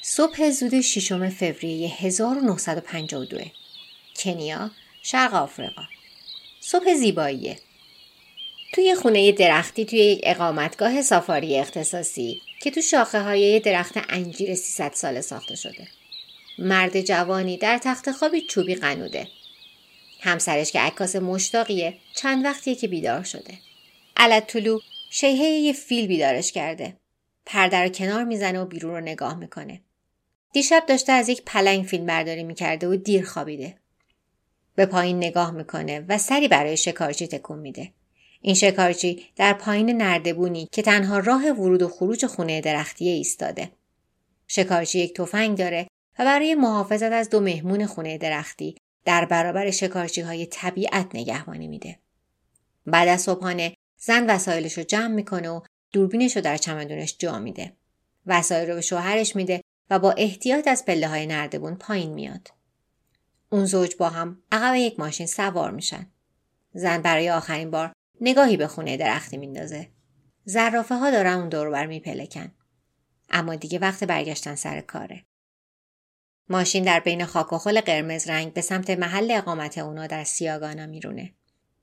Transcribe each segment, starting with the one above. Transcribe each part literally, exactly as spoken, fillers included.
صبح زود ششم فوریه هزار و نهصد و پنجاه و دو، کنیا، شرق آفریقا. صبح زیباییه. توی خونه درختی توی یک اقامتگاه سافاری اختصاصی که تو شاخه های درخت انجیر سیصد ساله ساخته شده. مرد جوانی در تخت خوابی چوبی قنوده. همسرش که عکاس مشتاقیه چند وقتیه که بیدار شده. علت طلوع شیهه یه فیل بیدارش کرده. پرده رو کنار میزنه و بیرون رو نگاه میکنه. دیشب داشته از یک پلنگ فیلم برداری میکرده و دیر خوابیده. به پایین نگاه میکنه و سری برای شکارچی تکون میده. این شکارچی در پایین نردبونی که تنها راه ورود و خروج خونه درختیه ایستاده. شکارچی یک تفنگ داره و برای محافظت از دو مهمون خونه درختی در برابر شکارچی های طبیعت نگهبانی میده. بعد از صبحانه زن وسایلش رو جمع میکنه و دوربینش رو در چمدونش جا میده. وسایل رو به شوهرش میده و با احتیاط از پله های نردبون پایین میاد. اون زوج با هم عقب یک ماشین سوار میشن. زن برای آخرین بار نگاهی به خونه درختی میندازه. زرافه ها دارن اون دور و بر میپلکن. اما دیگه وقت برگشتن سر کاره. ماشین در بین خاک و خل قرمز رنگ به سمت محل اقامت اونا در سیاگانا میرونه.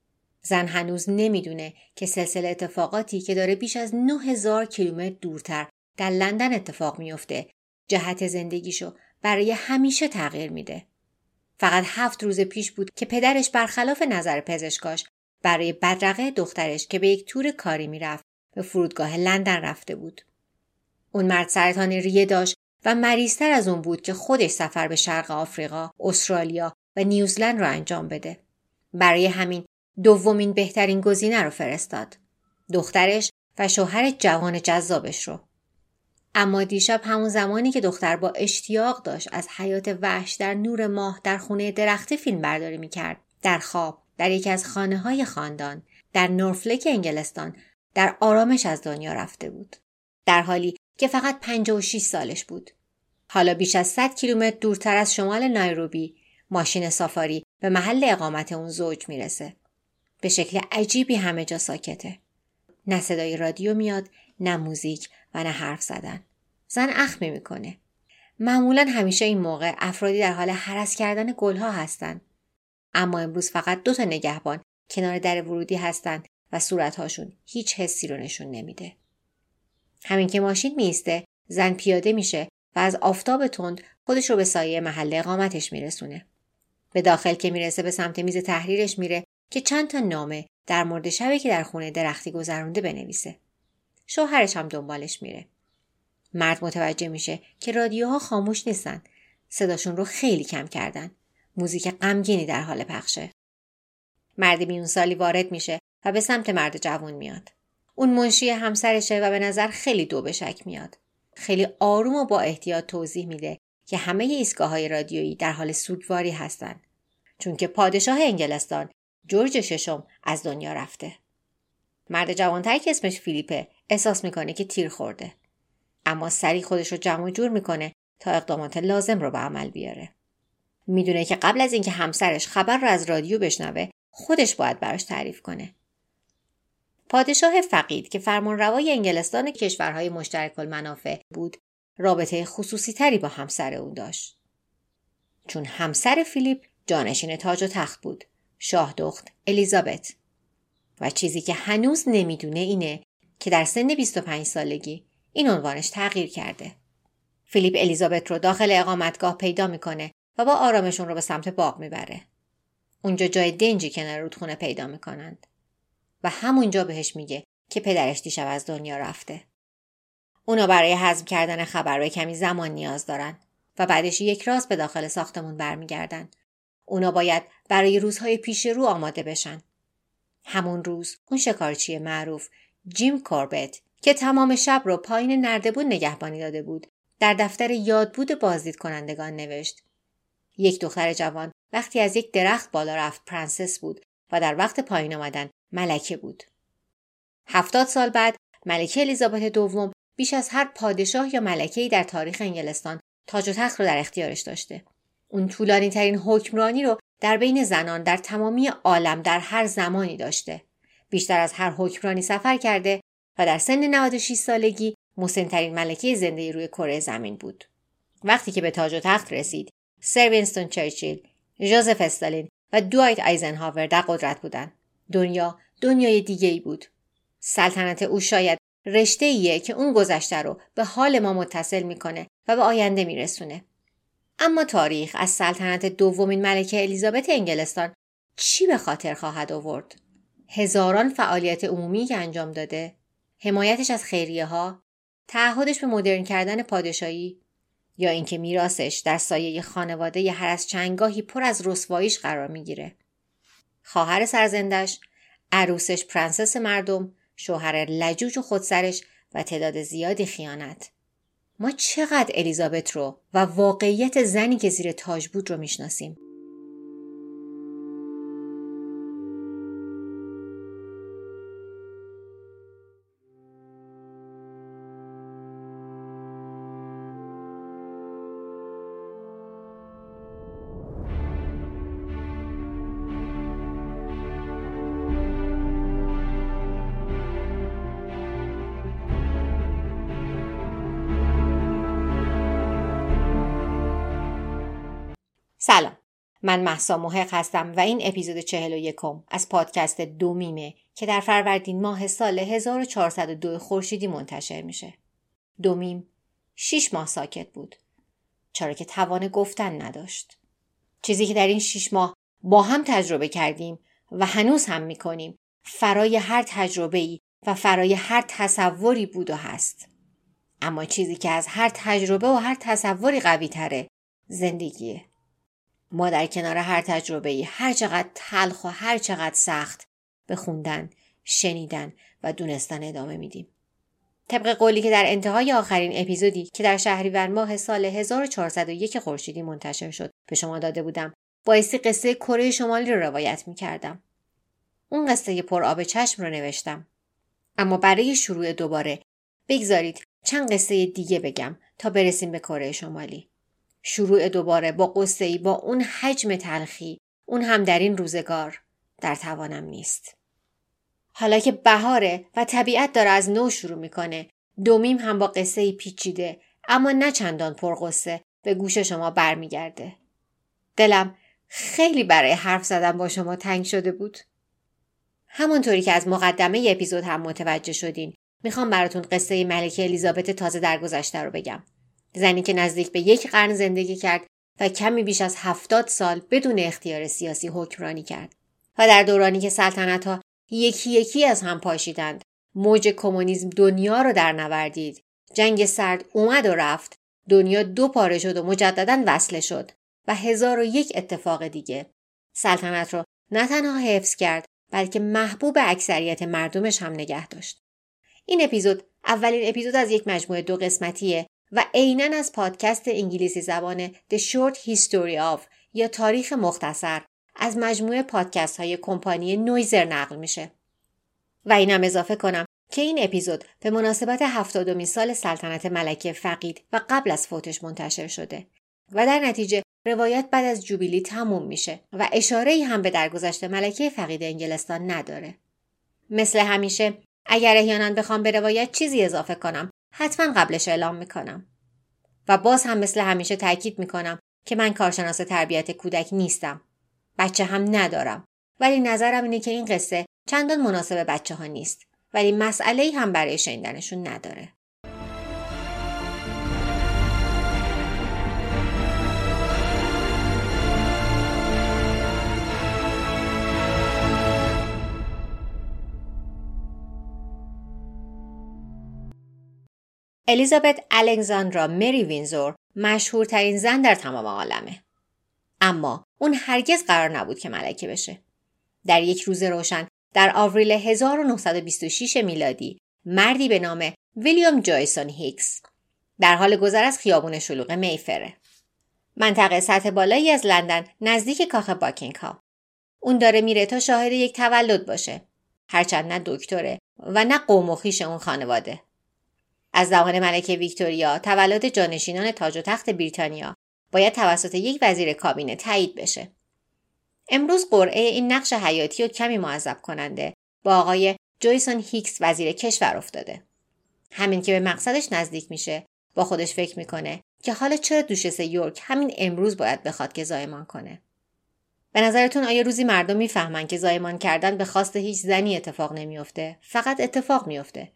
زن هنوز نمیدونه که سلسله اتفاقاتی که داره بیش از نه هزار کیلومتر دورتر در لندن اتفاق میفته جهت زندگیشو برای همیشه تغییر میده. فقط هفت روز پیش بود که پدرش برخلاف نظر پزشکاش برای بدرقه دخترش که به یک تور کاری میرفت به فرودگاه لندن رفته بود. اون مرد سرطان ریه داشت و مریض‌تر از اون بود که خودش سفر به شرق آفریقا، استرالیا و نیوزلند رو انجام بده. برای همین دومین بهترین گزینه رو فرستاد. دخترش و شوهر جوان جذابش رو. اما دیشب همون زمانی که دختر با اشتیاق داشت از حیات وحش در نور ماه در خونه درختی فیلم برداری میکرد، در خواب، در یکی از خانه‌های خاندان، در نورفلک انگلستان، در آرامش از دنیا رفته بود. در حالی که فقط پنجاه و شش سالش بود. حالا بیش از صد کیلومتر دورتر از شمال نایروبی، ماشین سافاری به محل اقامت اون زوج میرسه. به شکل عجیبی همه جا ساکته. نه صدای رادیو میاد، نه موزیک و نه حرف زدن. زن اخمی میکنه. معمولا همیشه این موقع افرادی در حال هرس کردن گلها هستن. اما امروز فقط دو تا نگهبان کنار در ورودی هستن و صورتهاشون هیچ حسی رو نشون نمیده. همین که ماشین میسته، زن پیاده میشه و از آفتاب تند خودش رو به سایه محل اقامتش میرسونه. به داخل که میرسه به سمت میز تحریرش میره که چند تا نامه در مورد شبی که در خونه درختی گذرونده بنویسه. شوهرش هم دنبالش میره. مرد متوجه میشه که رادیوها خاموش نیستن. صداشون رو خیلی کم کردن. موزیک غمگینی در حال پخشه. مرد میون سالی وارد میشه و به سمت مرد جوان میاد. اون منشی همسرشه و به نظر خیلی دو به شک میاد. خیلی آروم و با احتیاط توضیح میده که همه ایستگاه‌های رادیویی در حال سوگواری هستن. چون که پادشاه انگلستان جورج ششم از دنیا رفته. مرد جوان‌تر که اسمش فیلیپه احساس میکنه که تیر خورده. اما سریع خودش رو جمع و جور میکنه تا اقدامات لازم رو به عمل بیاره. میدونه که قبل از اینکه همسرش خبر رو از رادیو بشنوه خودش باید براش تعریف کنه. پادشاه فقید که فرمانروای انگلستان کشورهای مشترک المنافع بود رابطه خصوصی تری با همسر اون داشت. چون همسر فیلیپ جانشین تاج و تخت بود، شاه دخت الیزابت. و چیزی که هنوز نمیدونه اینه که در سن بیست و پنج سالگی این عنوانش تغییر کرده. فیلیپ الیزابت رو داخل اقامتگاه پیدا میکنه و با آرامشون رو به سمت باغ میبره. اونجا جای دنجی کنار رودخونه پیدا میکنند و همونجا بهش میگه که پدرش دیشب از دنیا رفته. اونا برای هضم کردن خبر به کمی زمان نیاز دارن و بعدش یک راست به داخل ساختمون برمیگردن. اونا باید برای روزهای پیش رو آماده بشن. همون روز اون شکارچی معروف جیم کوربت که تمام شب رو پایین نردبون نگهبانی داده بود در دفتر یادبود بازدید کنندگان نوشت: یک دختر جوان وقتی از یک درخت بالا رفت پرنسس بود و در وقت پایین آمدن ملکه بود. هفتاد سال بعد ملکه الیزابت دوم بیش از هر پادشاه یا ملکه‌ای در تاریخ انگلستان تاج و تخت رو در اختیارش داشته. اون طولانی ترین حکمرانی رو در بین زنان در تمامی عالم در هر زمانی داشته. بیشتر از هر حکمرانی سفر کرده و در سن نود و شش سالگی مسن‌ترین ملکه زنده روی کره زمین بود. وقتی که به تاج و تخت رسید، سر وینستون چرچیل، ژوزف استالین و دوایت آیزنهاور در قدرت بودند. دنیا دنیای دیگه‌ای بود. سلطنت او شاید رشته‌ایه که اون گذشته رو به حال ما متصل میکنه و به آینده میرسونه. اما تاریخ از سلطنت دومین ملکه الیزابت انگلستان چی به خاطر خواهد آورد؟ هزاران فعالیت عمومی که انجام داده، حمایتش از خیریه‌ها، تعهدش به مدرن کردن پادشاهی، یا اینکه میراثش در سایه خانواده ی هر از چندگاهی پر از رسواییش قرار میگیره. خواهر سرزندش، عروسش پرنسس مردم، شوهر لجوج و خودسرش و تعداد زیادی خیانت. ما چقدر الیزابت رو و واقعیت زنی که زیر تاج بود رو میشناسیم؟ سلام، من مهسا محق هستم و این اپیزود چهل و یکم از پادکست دومیمه که در فروردین ماه سال هزار و چهارصد و دو خورشیدی منتشر میشه. دومیم شیش ماه ساکت بود، چرا که توان گفتن نداشت. چیزی که در این شیش ماه با هم تجربه کردیم و هنوز هم میکنیم فرای هر تجربه‌ای و فرای هر تصوری بود و هست. اما چیزی که از هر تجربه و هر تصوری قوی تره زندگیه. ما در کنار هر تجربه‌ای، هر چقدر تلخ و هر چقدر سخت، به خوندن، شنیدن و دونستن ادامه میدیم. طبق قولی که در انتهای آخرین اپیزودی که در شهریور ماه سال هزار و چهارصد و یک خورشیدی منتشر شد به شما داده بودم، بایستی قصه کره شمالی رو روایت میکردم. اون قصه پر آب چشم رو نوشتم. اما برای شروع دوباره بگذارید چند قصه دیگه بگم تا برسیم به کره شمالی. شروع دوباره با قصه‌ای با اون حجم تلخی، اون هم در این روزگار، در توانم نیست. حالا که بهاره و طبیعت داره از نو شروع میکنه، دومیم هم با قصه‌ای پیچیده اما نه چندان پرقصه به گوش شما برمیگرده. دلم خیلی برای حرف زدن با شما تنگ شده بود. همونطوری که از مقدمه ی اپیزود هم متوجه شدین، میخوام براتون قصه ملکه الیزابت تازه درگذشته رو بگم. زنی که نزدیک به یک قرن زندگی کرد و کمی بیش از هفتاد سال بدون اختیار سیاسی حکمرانی کرد و در دورانی که سلطنت‌ها یکی یکی از هم پاشیدند، موج کمونیسم دنیا رو در نوردید، جنگ سرد اومد و رفت، دنیا دو پاره شد و مجدداً وصله شد و هزار و یک اتفاق دیگه، سلطنت رو نه تنها حفظ کرد بلکه محبوب اکثریت مردمش هم نگه داشت. این اپیزود اولین اپیزود از یک مجموعه دو قسمتیه و عیناً از پادکست انگلیسی زبان The Short History of یا تاریخ مختصر از مجموعه پادکست های کمپانی نویزر نقل میشه. و اینم اضافه کنم که این اپیزود به مناسبت هفتادمین سال سلطنت ملکه فقید و قبل از فوتش منتشر شده و در نتیجه روایت بعد از جوبیلی تموم میشه و اشاره‌ای هم به درگذشت ملکه فقید انگلستان نداره. مثل همیشه اگر احیانا بخوام به روایت چیزی اضافه کنم حتما قبلش اعلام میکنم. و باز هم مثل همیشه تاکید میکنم که من کارشناس تربیت کودک نیستم. بچه هم ندارم. ولی نظرم اینه که این قصه چندان مناسب بچه ها نیست. ولی مسئله‌ای هم برای شنیدنشون نداره. الیزابت الکساندرا مری وینزور مشهورترین زن در تمام عالمه. اما اون هرگز قرار نبود که ملکه بشه. در یک روز روشن در آوریل هزار و نهصد و بیست و شش میلادی مردی به نام ویلیام جایسون هیکس در حال گذر از خیابون شلوغ میفره، منطقه سطح بالایی از لندن نزدیک کاخ باکینگهام. اون داره میره تا شاهد یک تولد باشه، هرچند نه دکتره و نه قوم و خویش اون خانواده. از زمان ملکه ویکتوریا تولد جانشینان تاج و تخت بریتانیا باید توسط یک وزیر کابینه تایید بشه. امروز قرعه این نقش حیاتی و کمی معذب کننده با آقای جایسون هیکس وزیر کشور افتاده. همین که به مقصدش نزدیک میشه با خودش فکر میکنه که حالا چرا دوشس یورک همین امروز باید بخواد که زایمان کنه. به نظرتون آیا روزی مردم میفهمن که زایمان کردن به خواست هیچ زنی اتفاق نمیفته؟ فقط اتفاق میفته.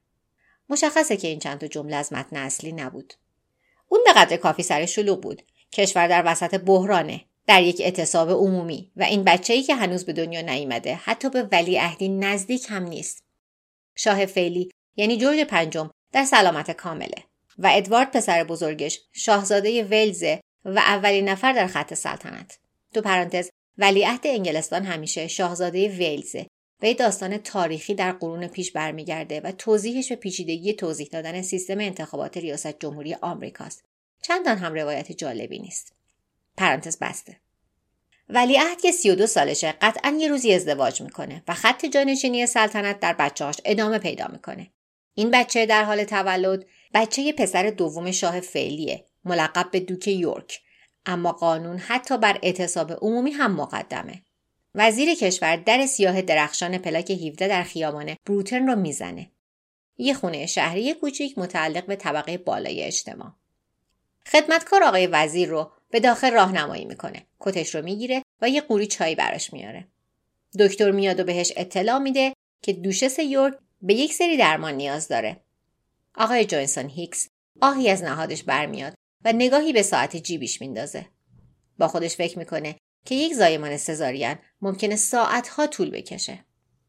مشخصه که این چند تا جمله از متن اصلی نبود. اون به قدر کافی سر شلوغ بود. کشور در وسط بحرانه، در یک اعتصاب عمومی و این بچه‌ای که هنوز به دنیا نیامده حتی به ولیعهدی نزدیک هم نیست. شاه فعلی یعنی جورج پنجم در سلامت کامله و ادوارد پسر بزرگش شاهزاده ولزه و اولین نفر در خط سلطنت. تو پرانتز ولیعهد انگلستان همیشه شاهزاده ولزه و یه داستان تاریخی در قرون پیش برمیگرده و توضیحش به پیچیدگی توضیح دادن سیستم انتخابات ریاست جمهوری آمریکاست. چندان هم روایت جالبی نیست. پرانتز بسته. ولیعهد که سی و دو سالشه قطعاً یه روزی ازدواج میکنه و خط جانشینی سلطنت در بچه‌هاش ادامه پیدا میکنه. این بچه در حال تولد بچه پسر دوم شاه فعلیه، ملقب به دوک یورک، اما قانون حتی بر اعتصاب عمومی هم مقدمه. وزیر کشور در سیاه درخشان پلاک هفده در خیابان بروتن رو میزنه. یه خونه شهری کوچیک متعلق به طبقه بالای اجتماع. خدمتکار آقای وزیر رو به داخل راهنمایی میکنه. کتش رو میگیره و یه قوری چای براش میاره. دکتر میاد و بهش اطلاع میده که دوشس یورک به یک سری درمان نیاز داره. آقای جوینسون هیکس آهی از نهادش برمیاد و نگاهی به ساعت جیبیش میندازه. با خودش فکر میکنه که یک زایمان سزارین ممکنه ساعتها طول بکشه.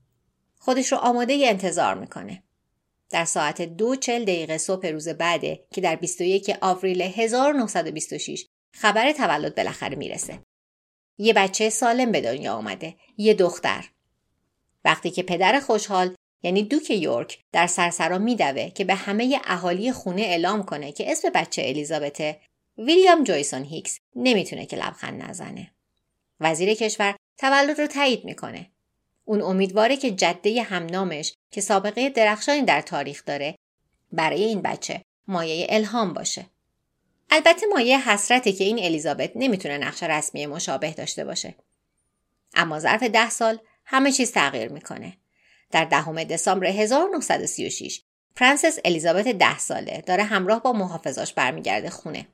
خودش رو آماده ی انتظار میکنه. در ساعت دو چل دقیقه صبح روز بعده که در بیست و یک آوریل هزار و نهصد و بیست و شش خبر تولد بالاخره میرسه. یه بچه سالم به دنیا آمده، یه دختر. وقتی که پدر خوشحال یعنی دوک یورک در سرسرا میدوه که به همه اهالی خونه اعلام کنه که اسم بچه الیزابته، ویلیام جویسون هیکس نمیتونه که لبخند نزنه. وزیر کشور تولد رو تایید میکنه. اون امیدواره که جده همنامش که سابقه درخشانی در تاریخ داره برای این بچه مایه الهام باشه. البته مایه حسرته که این الیزابت نمیتونه نقش رسمی مشابه داشته باشه. اما ظرف ده سال همه چیز تغییر میکنه. در دهم دسامبر هزار و نهصد و سی و شش پرنسس الیزابت ده ساله داره همراه با محافظاش برمیگرده خونه.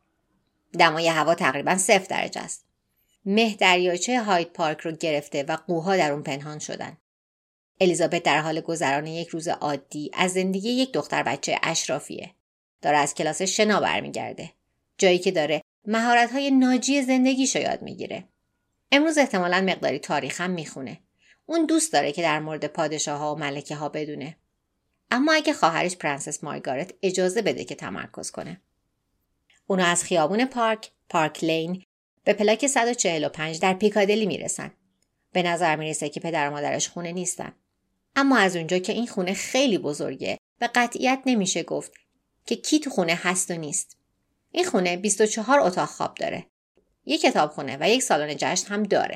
دمای هوا تقریبا صفر درجه است. مه دریاچه هاید پارک رو گرفته و قوها در اون پنهان شدن. الیزابت در حال گذران یک روز عادی از زندگی یک دختر بچه اشرافیه. داره از کلاس شنا برمیگرده. جایی که داره مهارت‌های ناجی زندگیشو یاد میگیره. امروز احتمالاً مقداری تاریخ هم میخونه. اون دوست داره که در مورد پادشاه‌ها و ملکه‌ها بدونه. اما اگه خواهرش پرنسس مارگارت اجازه بده که تمرکز کنه. اونا از خیابون پارک، پارک لین، به پلاک صد و چهل و پنج در پیکادلی میرسن. به نظر میرسه که پدر و مادرش خونه نیستن. اما از اونجا که این خونه خیلی بزرگه به قطعیت نمیشه گفت که کی تو خونه هست و نیست. این خونه بیست و چهار اتاق خواب داره. یک کتابخونه و یک سالن جشن هم داره.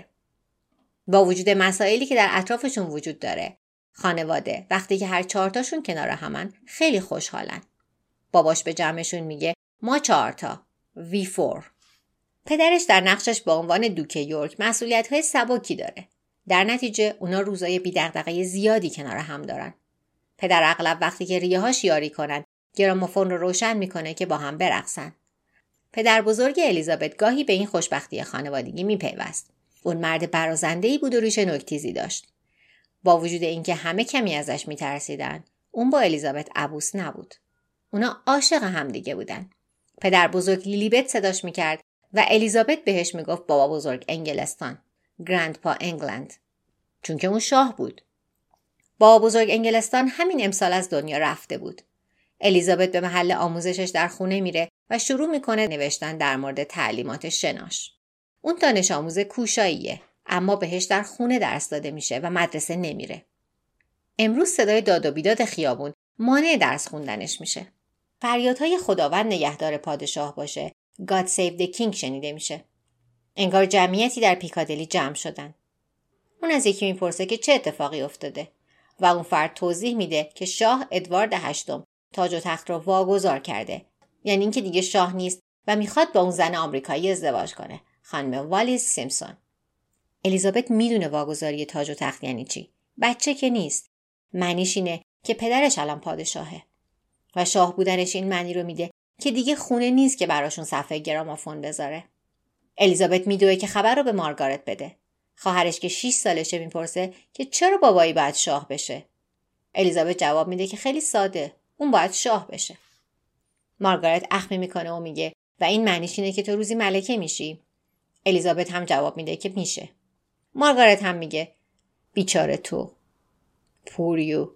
با وجود مسائلی که در اطرافشون وجود داره، خانواده وقتی که هر چهارتاشون کنار همن خیلی خوشحالن. باباش به جمعشون میگه ما چهارتا، وی فور. پدرش در نقشش با عنوان دوک یورک مسئولیت‌های سبکی داره. در نتیجه اونا روزای بی‌دغدغه زیادی کنار هم دارن. پدر اغلب وقتی که ریه‌هاش یاری کنن، گراموفون رو روشن میکنه که با هم برقصن. پدر بزرگ الیزابت گاهی به این خوشبختی خانوادگی میپیوست. اون مرد برازنده‌ای بود و ریش نوک‌تیزی داشت. با وجود اینکه همه کمی ازش میترسیدن، اون با الیزابت عبوس نبود. اونا عاشق همدیگه بودن. پدر بزرگ لیلیبت صداش میکرد و الیزابت بهش میگفت بابا بزرگ انگلستان، گرندپا انگلند، چون که اون شاه بود. بابا بزرگ انگلستان همین امسال از دنیا رفته بود. الیزابت به محل آموزشش در خونه میره و شروع میکنه نوشتن در مورد تعلیمات شناش. اون دانش آموز کوشاییه، اما بهش در خونه درس داده میشه و مدرسه نمیره. امروز صدای داد و بیداد خیابون مانع درس خوندنش میشه. فریادهای خداوند نگهدار پادشاه باشه، God save the king شنیده میشه. انگار جمعیتی در پیکادلی جمع شدن. اون از یکی میپرسه که چه اتفاقی افتاده و اون فرد توضیح میده که شاه ادوارد هشتم تاج و تخت رو واگذار کرده. یعنی اینکه دیگه شاه نیست و میخواد با اون زن آمریکایی ازدواج کنه، خانم والیس سیمپسون. الیزابت میدونه واگذاری تاج و تخت یعنی چی. بچه که نیست. معنیش اینه که پدرش الان پادشاهه و شاه بودنش این معنی رو میده که دیگه خونه نیست که براشون صفحه گرامافون بذاره. الیزابت میدوه که خبر رو به مارگارت بده. خواهرش که شش سالشه میپرسه که چرا بابایی باید شاه بشه. الیزابت جواب میده که خیلی ساده، اون باید شاه بشه. مارگارت اخمی میکنه و میگه و این معنیش اینه که تو روزی ملکه میشی. الیزابت هم جواب میده که میشه. مارگارت هم میگه بیچاره تو. پوریو.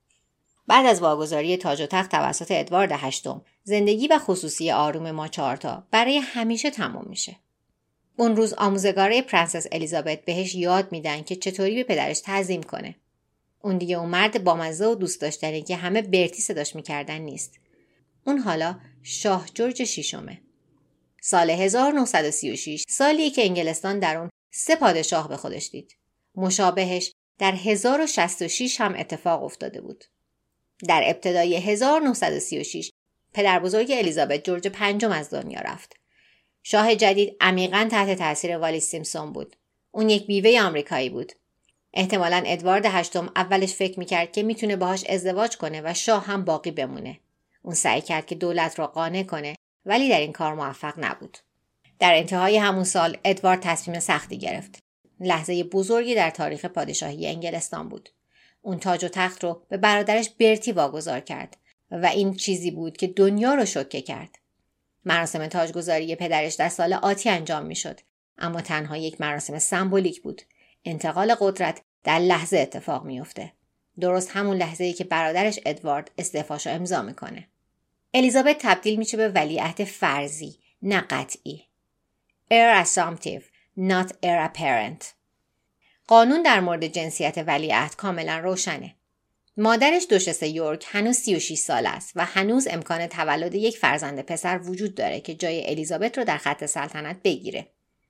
بعد از واگذاری تاج و تخت توسط ادوارد هشتم، زندگی و خصوصی آروم ما چهارتا برای همیشه تمام میشه. اون روز آموزگاره پرنسس الیزابت بهش یاد میدن که چطوری به پدرش تعظیم کنه. اون دیگه اون مرد بامزه و دوست داشتنی که همه برتی صداش میکردن نیست. اون حالا شاه جورج ششمه. سال هزار و نهصد و سی و شش سالیه که انگلستان در اون سه پادشاه به خودش دید. مشابهش در هزار و شصت و شش هم اتفاق افتاده بود. در ابتدای هزار و نهصد و سی و شش پدر بزرگ الیزابت جورج پنجم از دنیا رفت. شاه جدید عمیقاً تحت تاثیر والیس سیمپسون بود. اون یک بیوه آمریکایی بود. احتمالاً ادوارد هشتم اولش فکر میکرد که میتونه باهاش ازدواج کنه و شاه هم باقی بمونه. اون سعی کرد که دولت رو قانع کنه ولی در این کار موفق نبود. در انتهای همون سال ادوارد تصمیم سختی گرفت. لحظه بزرگی در تاریخ پادشاهی انگلستان بود. اون تاج و تخت رو به برادرش برتی واگذار کرد و این چیزی بود که دنیا رو شوکه کرد. مراسم تاجگذاری پدرش در سال آتی انجام میشد، اما تنها یک مراسم سمبولیک بود. انتقال قدرت در لحظه اتفاق میفته. درست همون لحظه‌ای که برادرش ادوارد استعفاشو امضا میکنه. الیزابت تبدیل میشه به ولیعهد فرضی، نه قطعی. heir assumptive, not heir apparent. قانون در مورد جنسیت ولیعهد کاملا روشنه. مادرش دوشس یورک هنوز سی و شش سال است و هنوز امکان تولد یک فرزند پسر وجود داره که جای الیزابت رو در خط سلطنت بگیره.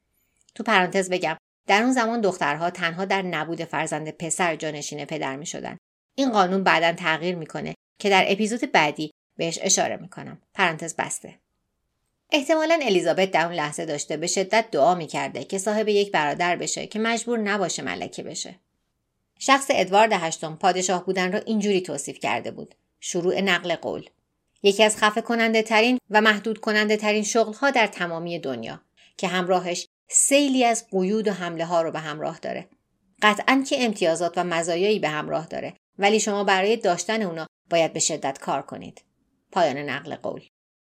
تو پرانتز بگم در اون زمان دخترها تنها در نبود فرزند پسر جانشین پدر می شدن. این قانون بعداً تغییر میکنه که در اپیزود بعدی بهش اشاره میکنم. پرانتز بسته. احتمالاً الیزابت در اون لحظه داشته به شدت دعا میکرده که صاحب یک برادر بشه که مجبور نباشه ملکه بشه. شخص ادوارد هشتم پادشاه بودن را اینجوری توصیف کرده بود: شروع نقل قول، یکی از خفه کننده ترین و محدود کننده ترین شغل ها در تمامی دنیا که همراهش سیلی از قیود و حمله ها رو به همراه داره. قطعاً که امتیازات و مزایایی به همراه داره، ولی شما برای داشتن اونا باید به شدت کار کنید. پایان نقل قول.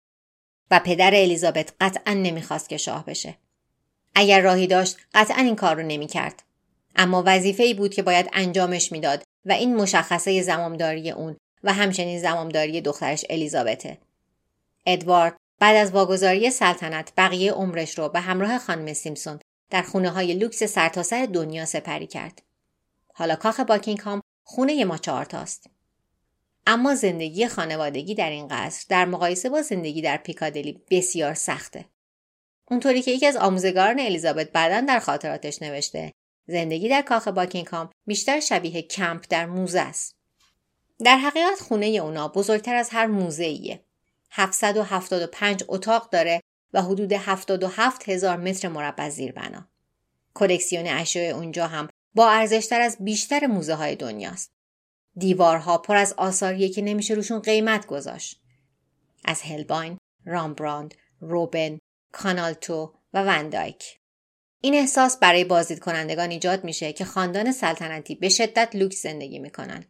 و پدر الیزابت قطعاً نمیخواست که شاه بشه. اگر راهی داشت قطعاً این کار رو نمیکرد. اما وظیفه‌ای بود که باید انجامش میداد و این مشخصه زمامداری اون و همچنین زمامداری دخترش الیزابته. ادوارد بعد از واگذاری سلطنت بقیه عمرش رو به همراه خانم سیمپسون در خونه‌های لوکس سرتاسر دنیا سپری کرد. حالا کاخ باکینگهام خونه ما چهارتاست. اما زندگی خانوادگی در این قصر در مقایسه با زندگی در پیکادلی بسیار سخته. اونطوری که یکی از آموزگاران الیزابت بعداً در خاطراتش نوشته، زندگی در کاخ باکینگهام بیشتر شبیه کمپ در موزه است. در حقیقت خونه اونا بزرگتر از هر موزه‌ایه. هفتصد و هفتاد و پنج اتاق داره و حدود هفتاد و هفت هزار متر مربع زیربنا. کلکسیون اشیاء اونجا هم با ارزشتر از بیشتر موزه های دنیاست. دیوارها پر از آثاریه که نمیشه روشون قیمت گذاشت. از هلباین، رامبراند، روبن، کانالتو و وندایک. این احساس برای بازدید کنندگان ایجاد میشه که خاندان سلطنتی به شدت لوکس زندگی میکنن.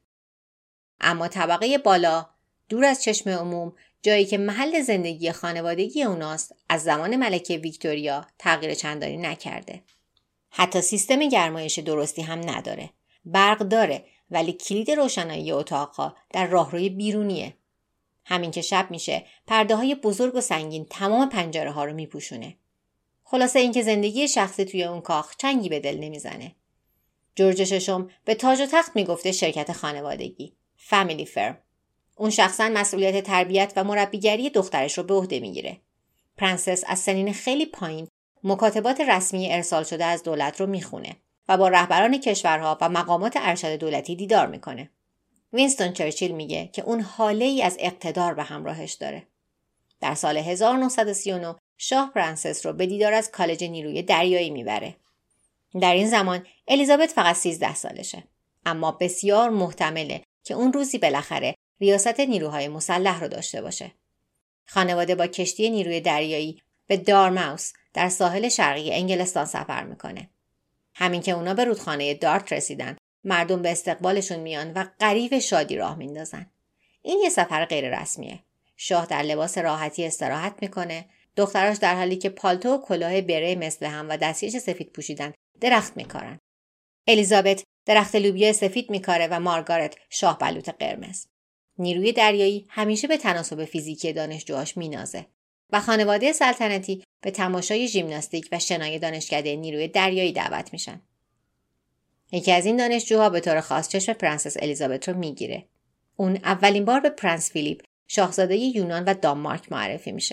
اما طبقه بالا، دور از چشم عموم، جایی که محل زندگی خانوادگی اوناست، از زمان ملکه ویکتوریا تغییر چندانی نکرده. حتی سیستم گرمایش درستی هم نداره. برق داره ولی کلید روشنایی اتاقها در راهروی بیرونیه. همین که شب میشه پرده‌های بزرگ و سنگین تمام پنجره ها رو میپوشونه. خلاصه اینکه زندگی شخصی توی اون کاخ چنگی به دل نمیزنه. جورج ششم به تاج و تخت میگفته شرکت خانوادگی، فامیلی فرم. اون شخصا مسئولیت تربیت و مربیگری دخترش رو به عهده میگیره. پرنسس از سنین خیلی پایین مکاتبات رسمی ارسال شده از دولت رو میخونه و با رهبران کشورها و مقامات ارشد دولتی دیدار میکنه. وینستون چرچیل میگه که اون حاله ای از اقتدار به همراهش داره. در سال هزار و نهصد و سی و نه شاه پرنسس رو به دیدار از کالج نیروی دریایی میبره. در این زمان الیزابت فقط سیزده سالشه، اما بسیار محتمله که اون روزی بالاخره ریاست نیروهای مسلح رو داشته باشه. خانواده با کشتی نیروی دریایی به دارماوس در ساحل شرقی انگلستان سفر میکنه. همین که اونا به رودخانه دارت رسیدن، مردم به استقبالشون میان و غریو شادی راه میندازن. این یه سفر غیر رسمیه. شاه در لباس راحتی استراحت میکنه. دختراش در حالی که پالتو و کلاه بره مثل هم و دستکش سفید پوشیدن درخت میکارن. الیزابت درخت لوبیا سفید میکاره و مارگارت شاه بلوط قرمز. نیروی دریایی همیشه به تناسب فیزیکی دانشجوهاش مینازه و خانواده سلطنتی به تماشای ژیمناستیک و شنای دانشکده نیروی دریایی دعوت میشن. یکی از این دانشجوها به طور خاص چشم پرنسس الیزابت رو میگیره. اون اولین بار به پرنس فیلیپ، شاهزاده یونان و دانمارک معرفی میشه.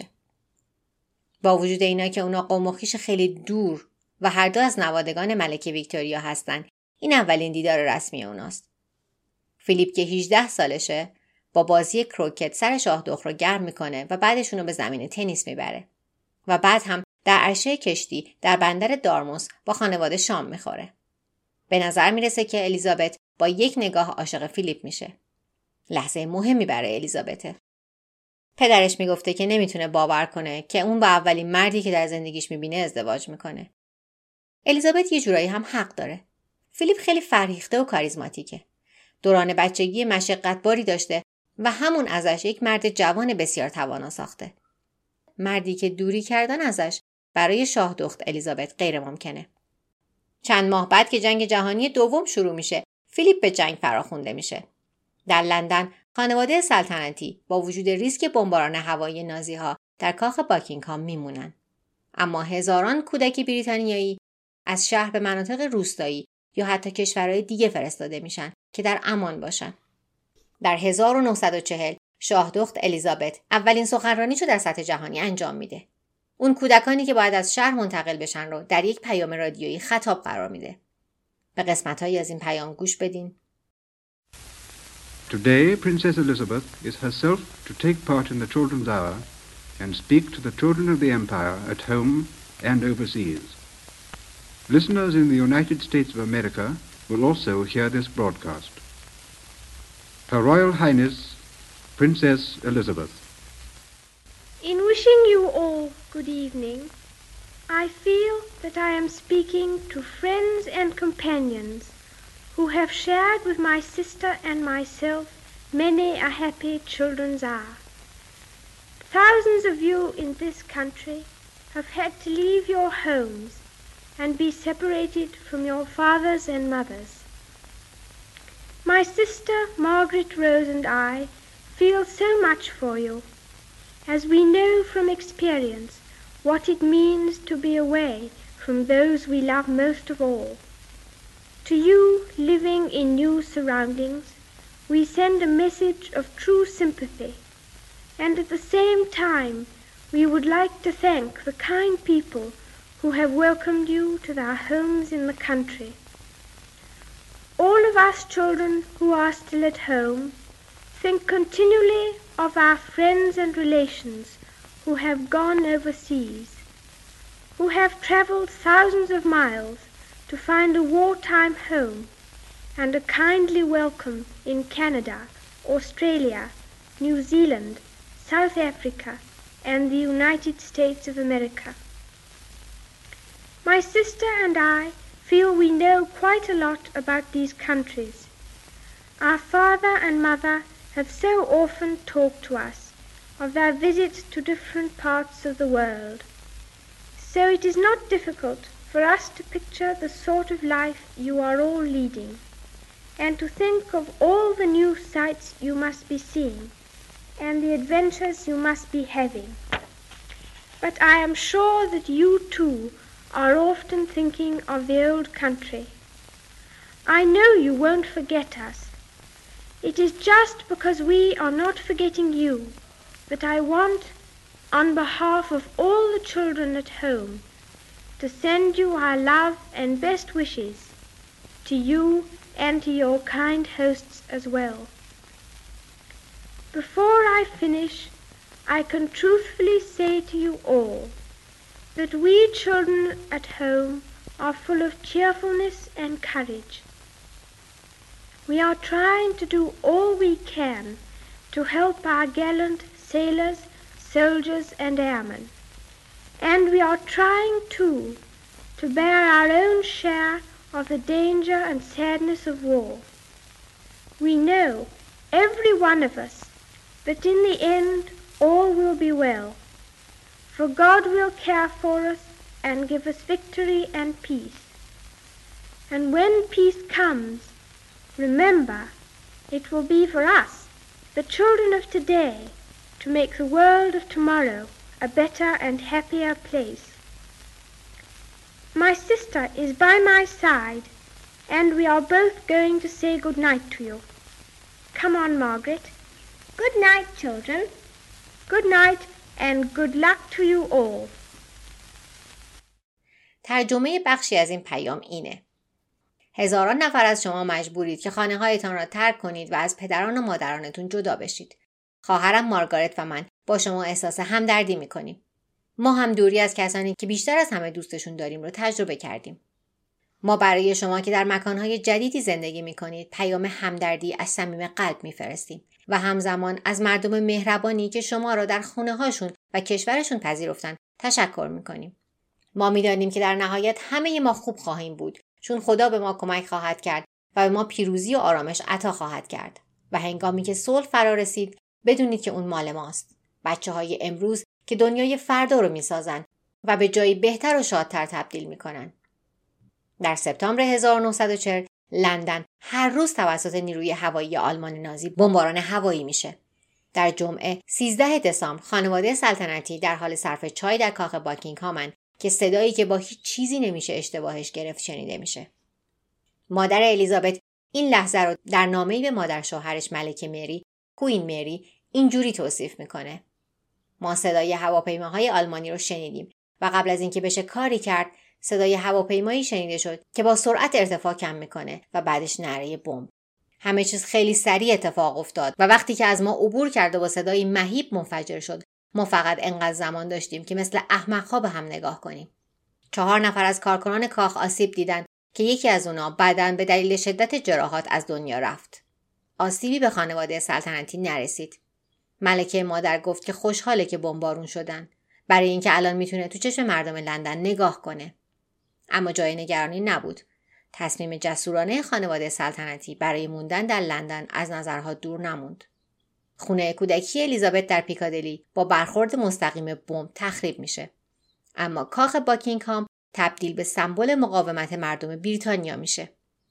با وجود اینا که اونا قوم و خویش خیلی دور و هر دو از نوادگان ملکه ویکتوریا هستن، این اولین دیدار رسمی اوناست. فیلیپ که هجده سالشه با بازی کروکت سر شاه دخت رو گرم میکنه و بعدش اونو به زمین تنیس میبره و بعد هم در عرشه کشتی در بندر دارموس با خانواده شام میخوره. به نظر میرسه که الیزابت با یک نگاه عاشق فیلیپ میشه. لحظه مهمی برای الیزابته. پدرش میگفته که نمیتونه باور کنه که اون با اولین مردی که در زندگیش میبینه ازدواج میکنه. الیزابت یه جورایی هم حق داره. فیلیپ خیلی فرهیخته و کاریزماتیکه. دوران بچگی مشقتباری داشته و همون ازش یک مرد جوان بسیار توانا ساخته. مردی که دوری کردن ازش برای شاه دخت الیزابت غیر ممکنه. چند ماه بعد که جنگ جهانی دوم شروع میشه، فیلیپ به جنگ فراخونده میشه. در لندن خانواده سلطنتی با وجود ریسک بمباران هوایی نازی‌ها در کاخ باکینگهام میمونن. اما هزاران کودک بریتانیایی از شهر به مناطق روستایی یا حتی کشورهای دیگه فرستاده میشن که در امان باشن. در هزار و نهصد و چهل شاه دخت الیزابت اولین سخنرانیشو در سطح جهانی انجام میده. اون کودکانی که باید از شهر منتقل بشن رو در یک پیام رادیویی خطاب قرار میده. به قسمت‌هایی از این پیام گوش بدین. Today, Princess Elizabeth is herself to take part in the Children's Hour and speak to the children of the Empire at home and overseas. Listeners in the United States of America will also hear this broadcast. Her Royal Highness, Princess Elizabeth. In wishing you all good evening, I feel that I am speaking to friends and companions who have shared with my sister and myself many a happy children's hour. Thousands of you in this country have had to leave your homes and be separated from your fathers and mothers. My sister Margaret Rose and I feel so much for you, as we know from experience what it means to be away from those we love most of all. To you living in new surroundings, we send a message of true sympathy, and at the same time we would like to thank the kind people who have welcomed you to their homes in the country. All of us children who are still at home think continually of our friends and relations who have gone overseas, who have traveled thousands of miles to find a wartime home and a kindly welcome in Canada, Australia, New Zealand, South Africa, and the United States of America. My sister and I feel we know quite a lot about these countries. Our father and mother have so often talked to us of their visits to different parts of the world. So it is not difficult for us to picture the sort of life you are all leading, and to think of all the new sights you must be seeing, and the adventures you must be having. But I am sure that you too are often thinking of the old country. I know you won't forget us. It is just because we are not forgetting you that I want, on behalf of all the children at home, to send you our love and best wishes, to you and to your kind hosts as well. Before I finish, I can truthfully say to you all that we children at home are full of cheerfulness and courage. We are trying to do all we can to help our gallant sailors, soldiers and airmen. And we are trying too to bear our own share of the danger and sadness of war. We know, every one of us, that in the end all will be well, for God will care for us and give us victory and peace. And when peace comes, remember, it will be for us, the children of today, to make the world of tomorrow a better and happier place. My sister is by my side, and we are both going to say good night to you. Come on, Margaret. Good night, children. Good night and good luck to you all. ترجمه بخشی از این پیام اینه: هزاران نفر از شما مجبورید که خانه هایتان را ترک کنید و از پدران و مادرانتون جدا بشید. خواهرم مارگارت و من با شما احساس همدردی میکنیم. ما هم دوری از کسانی که بیشتر از همه دوستشون داریم رو تجربه کردیم. ما برای شما که در مکانهای جدیدی زندگی میکنید پیام همدردی از صمیم قلب میفرستیم و همزمان از مردم مهربانی که شما را در خونه هاشون و کشورشون پذیرفتن تشکر میکنیم. ما میدانیم که در نهایت همه ما خوب خواهیم بود، چون خدا به ما کمک خواهد کرد و به ما پیروزی و آرامش عطا خواهد کرد. و هنگامی که صلح فرا رسید بدونید که اون مال ماست. بچه‌های امروز که دنیای فردا رو میسازن و به جایی بهتر و شادتر تبدیل میکنن. در سپتامبر هزار و نهصد و چهل لندن هر روز توسط نیروی هوایی آلمان نازی بمباران هوایی میشه. در جمعه سیزده دسامبر خانواده سلطنتی در حال صرف چای در کاخ باکینگهامن که صدایی که با هیچ چیزی نمیشه اشتباهش گرفت شنیده میشه. مادر الیزابت این لحظه رو در نامه‌ای به مادر شوهرش ملکه مری، کوین مری، اینجوری توصیف میکنه: ما صدای هواپیماهای آلمانی رو شنیدیم و قبل از اینکه بشه کاری کرد صدای هواپیمایی شنیده شد که با سرعت ارتفاع کم میکنه و بعدش نعره بمب. همه چیز خیلی سریع اتفاق افتاد و وقتی که از ما عبور کرد و با صدای مهیب منفجر شد ما فقط انقدر زمان داشتیم که مثل احمق‌ها به هم نگاه کنیم. چهار نفر از کارکنان کاخ آسیب دیدن که یکی از اونا بعداً به دلیل شدت جراحات از دنیا رفت. آسیبی به خانواده سلطنتی نرسید. ملکه مادر گفت که خوشحاله که بمبارون شدن برای اینکه الان میتونه تو چشم مردم لندن نگاه کنه. اما جای نگرانی نبود. تصمیم جسورانه خانواده سلطنتی برای موندن در لندن از نظرها دور نموند. خونه کودکی الیزابت در پیکادلی با برخورد مستقیم بمب تخریب میشه. اما کاخ باکینگهام تبدیل به سمبل مقاومت مردم بریتانیا میشه.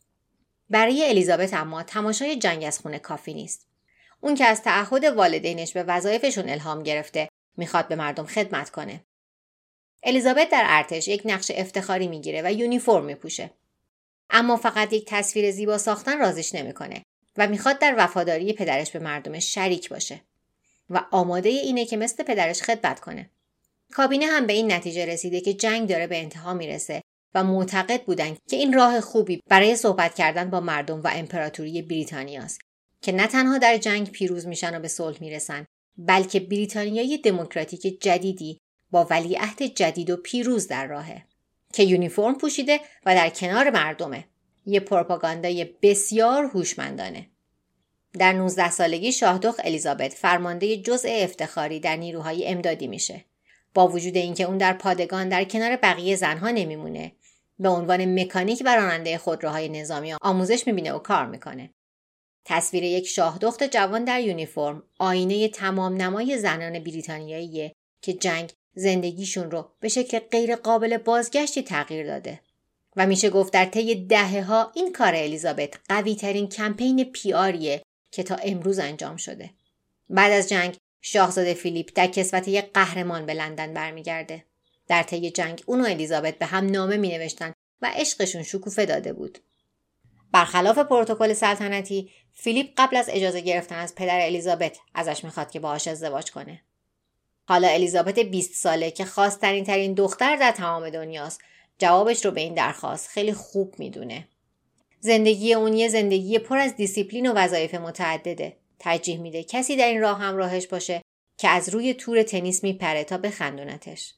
برای الیزابت اما تماشای جنگ از خونه کافی نیست. اون که از تعهد والدینش به وظایفشون الهام گرفته میخواد به مردم خدمت کنه. الیزابت در ارتش یک نقش افتخاری میگیره و یونیفرم میپوشه. اما فقط یک تصویر زیبا ساختن رازش نمیکنه و میخواد در وفاداری پدرش به مردمش شریک باشه و آماده اینه که مثل پدرش خدمت کنه. کابینه هم به این نتیجه رسیده که جنگ داره به انتها میرسه و معتقد بودن که این راه خوبی برای صحبت کردن با مردم و امپراتوری بریتانیاست که نه تنها در جنگ پیروز میشن و به صلح میرسن، بلکه بریتانیای دموکراتیک جدیدی با ولیعهد جدید و پیروز در راهه که یونیفرم پوشیده و در کنار مردمه. یه پروپاگاندای بسیار هوشمندانه. در نوزده سالگی شاهدخت الیزابت فرمانده جزء افتخاری در نیروهای امدادی میشه. با وجود اینکه اون در پادگان در کنار بقیه زنها نمیمونه، به عنوان مکانیک و راننده خودروهای نظامی آموزش میبینه و کار میکنه. تصویر یک شاهدخت جوان در یونیفرم آینه تمام نمای زنان بریتانیاییه که جنگ زندگیشون رو به شکل غیر قابل بازگشتی تغییر داده و میشه گفت در طی دهه‌ها این کار الیزابت قوی ترین کمپین پی آریه که تا امروز انجام شده. بعد از جنگ شاهزاده فیلیپ در کسوت یک قهرمان به لندن برمیگرده. در طی جنگ اون و الیزابت به هم نامه می نوشتن و عشقشون شکوفه داده بود. برخلاف پروتکل سلطنتی، فیلیپ قبل از اجازه گرفتن از پدر الیزابت ازش میخواد که باهاش ازدواج کنه. حالا الیزابت بیست ساله که خواستنی ترین دختر در تمام دنیاست، جوابش رو به این درخواست خیلی خوب میدونه. زندگی اون یه زندگی پر از دیسیپلین و وظایف متعدده. ترجیح میده کسی در این راه همراهش باشه که از روی تور تنیس میپره تا بخندونتش.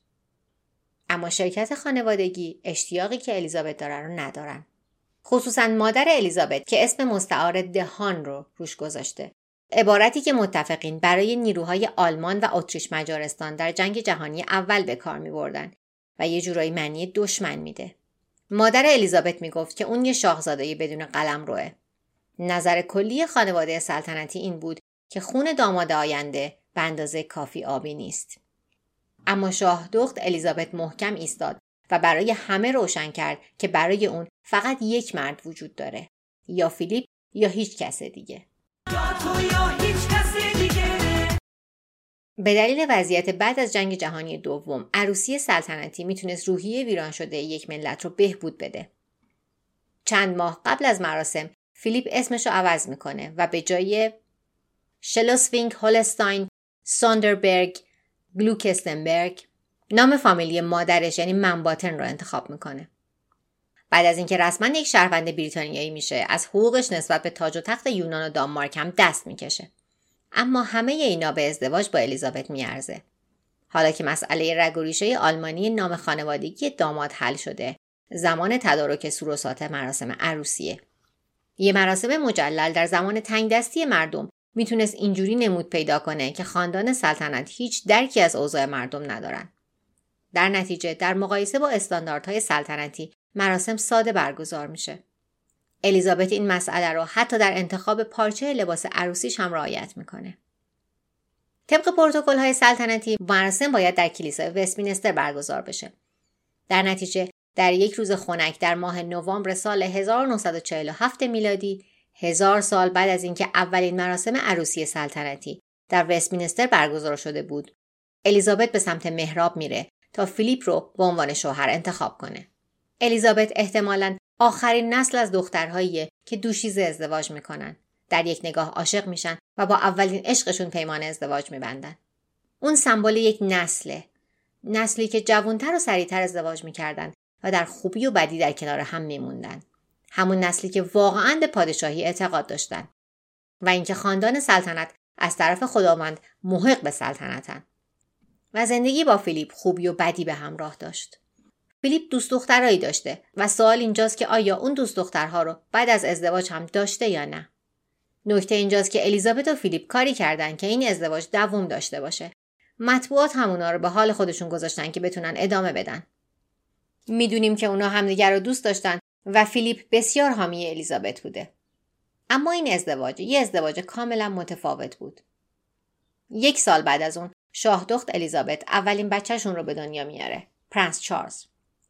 اما شرکت خانوادگی اشتیاقی که الیزابت داره رو ندارن. خصوصا مادر الیزابت که اسم مستعار دهان رو روش گذاشته عبارتی که متفقین برای نیروهای آلمان و اتریش مجارستان در جنگ جهانی اول به کار می‌بردن و یه جورایی معنی دشمن میده. مادر الیزابت میگفت که اون یه شاهزاده بدون قلمروه. نظر کلی خانواده سلطنتی این بود که خون داماد آینده به اندازه کافی آبی نیست. اما شاه دخت الیزابت محکم ایستاد و برای همه روشن کرد که برای اون فقط یک مرد وجود داره، یا فیلیپ یا هیچ کس دیگه. یا تو یا هیچ کس دیگه. به دلیل وضعیت بعد از جنگ جهانی دوم، عروسی سلطنتی میتونست روحیه ویران شده یک ملت رو بهبود بده. چند ماه قبل از مراسم فیلیپ اسمش رو عوض میکنه و به جای شلوسوینگ هولستاین ساندربرگ گلوکستنبرگ نام فامیلی مادرش یعنی منباتن رو انتخاب میکنه. بعد از اینکه رسما یک شهروند بریتانیایی میشه، از حقوقش نسبت به تاج و تخت یونان و دانمارک هم دست میکشه. اما همه اینا به ازدواج با الیزابت میارزه. حالا که مسئله رگ و ریشه آلمانی نام خانوادگی داماد حل شده، زمان تدارک سروسات مراسم عروسیه. یه مراسم مجلل در زمان تنگ دستی مردم میتونست اینجوری نمود پیدا کنه که خاندان سلطنت هیچ درکی از اوضاع مردم ندارن. در نتیجه در مقایسه با استانداردهای سلطنتی مراسم ساده برگزار میشه. الیزابت این مسئله رو حتی در انتخاب پارچه لباس عروسیش هم رعایت میکنه. طبق پروتکل‌های سلطنتی مراسم باید در کلیسای وستمینستر برگزار بشه. در نتیجه در یک روز خنک در ماه نوامبر سال هزار و نهصد و چهل و هفت میلادی، هزار سال بعد از اینکه اولین مراسم عروسی سلطنتی در وستمینستر برگزار شده بود، الیزابت به سمت محراب میره تا فیلیپ رو به عنوان شوهر انتخاب کنه. الیزابت احتمالاً آخرین نسل از دخترهاییه که دوشیزه ازدواج میکنن. در یک نگاه عاشق میشن و با اولین عشقشون پیمان ازدواج میبندن. اون سمبل یک نسله. نسلی که جوانتر و سریعتر ازدواج میکردن و در خوبی و بدی در کنار هم میموندن. همون نسلی که واقعاً به پادشاهی اعتقاد داشتن و اینکه خاندان سلطنت از طرف خداوند محق به سلطنتن. و زندگی با فیلیپ خوبی و بدی به همراه داشت. فیلیپ دوست دخترایی داشته و سوال اینجاست که آیا اون دوست دخترها رو بعد از ازدواج هم داشته یا نه. نکته اینجاست که الیزابت و فیلیپ کاری کردن که این ازدواج دوام داشته باشه. مطبوعات همونا رو به حال خودشون گذاشتن که بتونن ادامه بدن. میدونیم که اونا همدیگر رو دوست داشتن و فیلیپ بسیار حامی الیزابت بوده. اما این ازدواج یه ازدواج کاملا متفاوت بود. یک سال بعد از اون شاه دخت الیزابت اولین بچه‌شون رو به دنیا میاره، پرنس چارلز.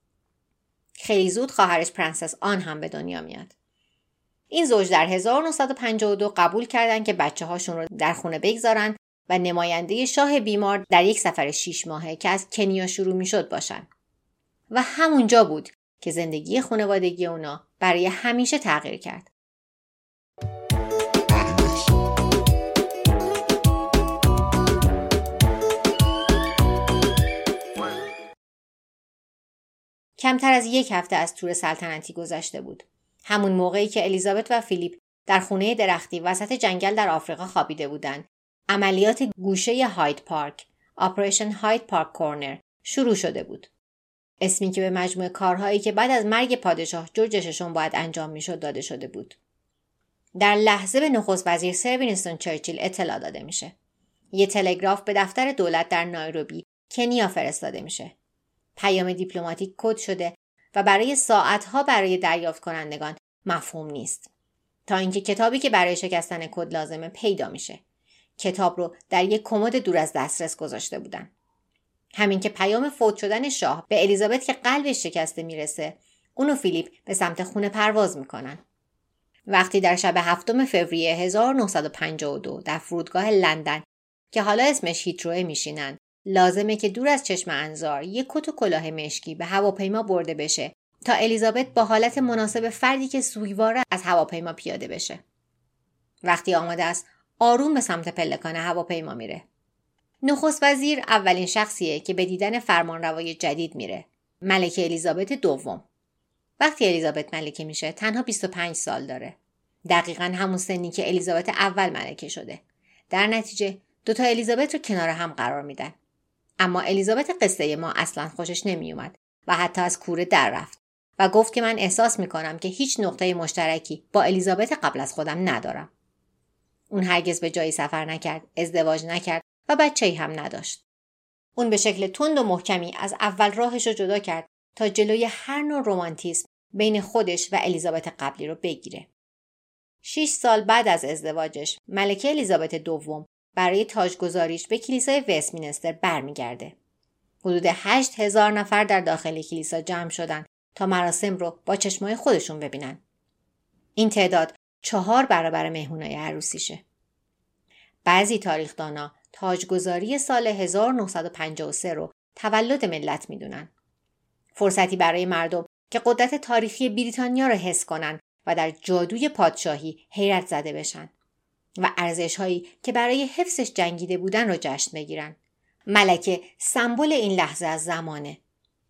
خیلی زود خواهرش پرنسس آن هم به دنیا میاد. این زوج در هزار و نهصد و پنجاه و دو قبول کردن که بچه‌هاشون رو در خونه بگذارن و نماینده شاه بیمار در یک سفر شش ماهه که از کنیا شروع میشد باشن. و همونجا بود که زندگی خانوادگی اونا برای همیشه تغییر کرد. کمتر از یک هفته از تور سلطنتی گذشته بود. همون موقعی که الیزابت و فیلیپ در خونه درختی وسط جنگل در آفریقا خوابیده بودند، عملیات گوشه هاید پارک، آپریشن هاید پارک کورنر شروع شده بود. اسمی که به مجموع کارهایی که بعد از مرگ پادشاه جورج ششم باید انجام میشد داده شده بود. در لحظه به نخست وزیر سر وینستون چرچیل اطلاع داده میشه. یه تلگراف به دفتر دولت در نایروبی، کنیا فرستاده میشه. پیام دیپلماتیک کد شده و برای ساعتها برای دریافت کنندگان مفهوم نیست. تا اینکه کتابی که برای شکستن کد لازمه پیدا میشه. کتاب رو در یک کمد دور از دسترس گذاشته بودن. همین که پیام فوت شدن شاه به الیزابت که قلبش شکسته میرسه، اون و فیلیپ به سمت خونه پرواز میکنن. وقتی در شب هفتم فوریه هزار و نهصد و پنجاه و دو در فرودگاه لندن که حالا اسمش هیتروه میشینن، لازمه که دور از چشم انظار یک کت و کلاه مشکی به هواپیما برده بشه تا الیزابت با حالت مناسب فردی که سوگواره از هواپیما پیاده بشه. وقتی آماده است، آروم به سمت پلکان هواپیما میره. نخست وزیر اولین شخصیه که به دیدن فرمانروای جدید میره. ملکه الیزابت دوم. وقتی الیزابت ملکه میشه تنها بیست و پنج سال داره. دقیقاً همون سنی که الیزابت اول ملکه شده. در نتیجه دوتا الیزابت رو کنار هم قرار میدن. اما الیزابت قصه ما اصلاً خوشش نمیومد و حتی از کوره در رفت و گفت که من احساس میکنم که هیچ نقطه مشترکی با الیزابت قبل از خودم ندارم. اون هرگز به جایی سفر نکرد، ازدواج نکرد و بچه‌ای هم نداشت. اون به شکل تند و محکمی از اول راهش رو جدا کرد تا جلوی هر نوع رمانتیسم بین خودش و الیزابت قبلی رو بگیره. شش سال بعد از ازدواجش، ملکه الیزابت دوم برای تاجگذاریش به کلیسای وستمینستر برمیگرده. حدود هشت هزار نفر در داخل کلیسا جمع شدن تا مراسم رو با چشمای خودشون ببینن. این تعداد چهار برابر مهمونای عروسیشه. بعضی تاریخدانا تاجگذاری سال هزار و نهصد و پنجاه و سه رو تولد ملت میدونن. فرصتی برای مردم که قدرت تاریخی بریتانیا رو حس کنن و در جادوی پادشاهی حیرت زده بشن و ارزش‌هایی که برای حفظش جنگیده بودن رو جشن بگیرن. ملکه سمبل این لحظه از زمانه.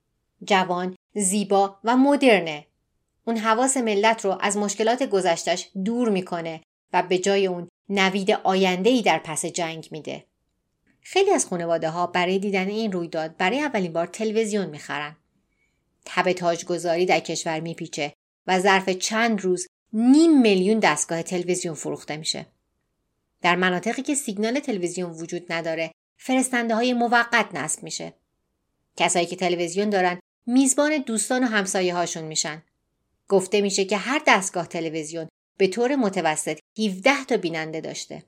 جوان، زیبا و مدرنه. اون حواس ملت رو از مشکلات گذشتش دور میکنه و به جای اون نوید آینده‌ای در پس جنگ میده. خیلی از خانواده‌ها برای دیدن این رویداد برای اولین بار تلویزیون میخرن. تب تاجگذاری در کشور میپیچه و ظرف چند روز نیم میلیون دستگاه تلویزیون فروخته میشه. در مناطقی که سیگنال تلویزیون وجود نداره، فرستنده های موقت نصب میشه. کسایی که تلویزیون دارن میزبان دوستان و همسایه هاشون میشن. گفته میشه که هر دستگاه تلویزیون به طور متوسط هفده تا بیننده داشته.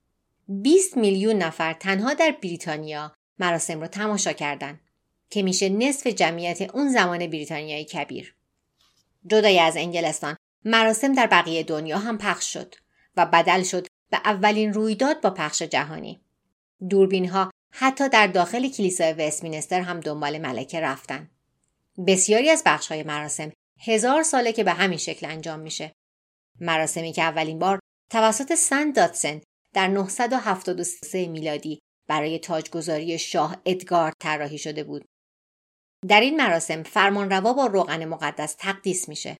بیست میلیون نفر تنها در بریتانیا مراسم رو تماشا کردن که میشه نصف جمعیت اون زمان بریتانیای کبیر. جدای از انگلستان، مراسم در بقیه دنیا هم پخش شد و بدل شد به اولین رویداد با پخش جهانی. دوربین‌ها حتی در داخل کلیسای وستمینستر هم دنبال ملکه رفتن. بسیاری از بخش‌های مراسم هزار ساله که به همین شکل انجام میشه. مراسمی که اولین بار توسط سن داتسن در نهصد و هفتاد و سه میلادی برای تاجگذاری شاه ادگار طراحی شده بود. در این مراسم فرمانروا با روغن مقدس تقدیس میشه.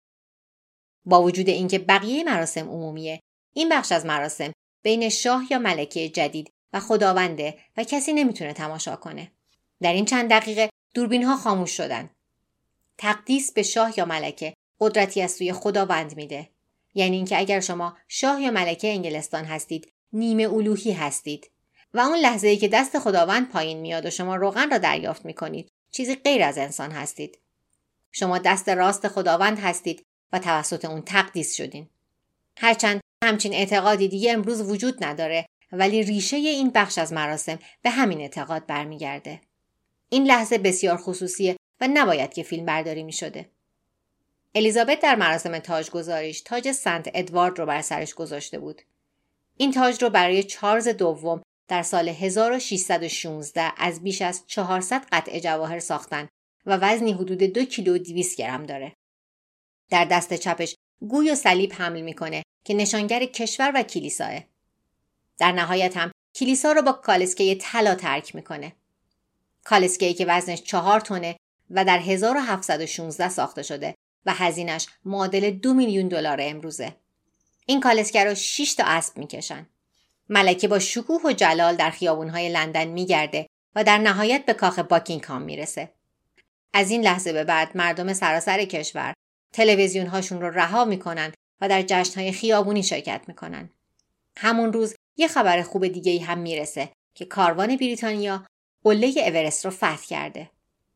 با وجود اینکه بقیه مراسم عمومیه، این بخش از مراسم بین شاه یا ملکه جدید و خداونده و کسی نمیتونه تماشا کنه. در این چند دقیقه دوربین‌ها خاموش شدن. تقدیس به شاه یا ملکه قدرتی از سوی خداوند میده. یعنی اینکه اگر شما شاه یا ملکه انگلستان هستید، نیمه الوهی هستید و اون لحظه‌ای که دست خداوند پایین میاد و شما روغن را دریافت میکنید، چیزی غیر از انسان هستید. شما دست راست خداوند هستید و توسط اون تقدیس شدین. هرچند همچین اعتقادی دیگه امروز وجود نداره، ولی ریشه این بخش از مراسم به همین اعتقاد برمیگرده. این لحظه بسیار خصوصیه و نباید که فیلم برداری می شده. الیزابت در مراسم تاجگذاریش تاج سنت ادوارد رو بر سرش گذاشته بود. این تاج رو برای چارلز دوم در سال هزار و ششصد و شانزده از بیش از چهارصد قطعه جواهر ساختن و وزنی حدود دو کیلو و دویست گرم داره. در دست چپش گوی و صلیب حمل میکنه که نشانگر کشور و کلیساه. در نهایت هم کلیسا رو با کالسکه طلا ترک میکنه. کالسکه‌ای که وزنش چهار تنه و در هزار و هفتصد و شانزده ساخته شده و هزینش معادل دو میلیون دلار امروزه. این کالسکه رو شش تا اسب میکشن. ملکه با شکوه و جلال در خیابون‌های لندن میگرده و در نهایت به کاخ باکینگهام میرسه. از این لحظه به بعد مردم سراسر کشور تلویزیون هاشون رو رها میکنن و در جشن‌های خیابونی شرکت میکنن. همون روز یه خبر خوب دیگه‌ای هم میرسه که کاروان بریتانیا قله اورست رو فتح کرده.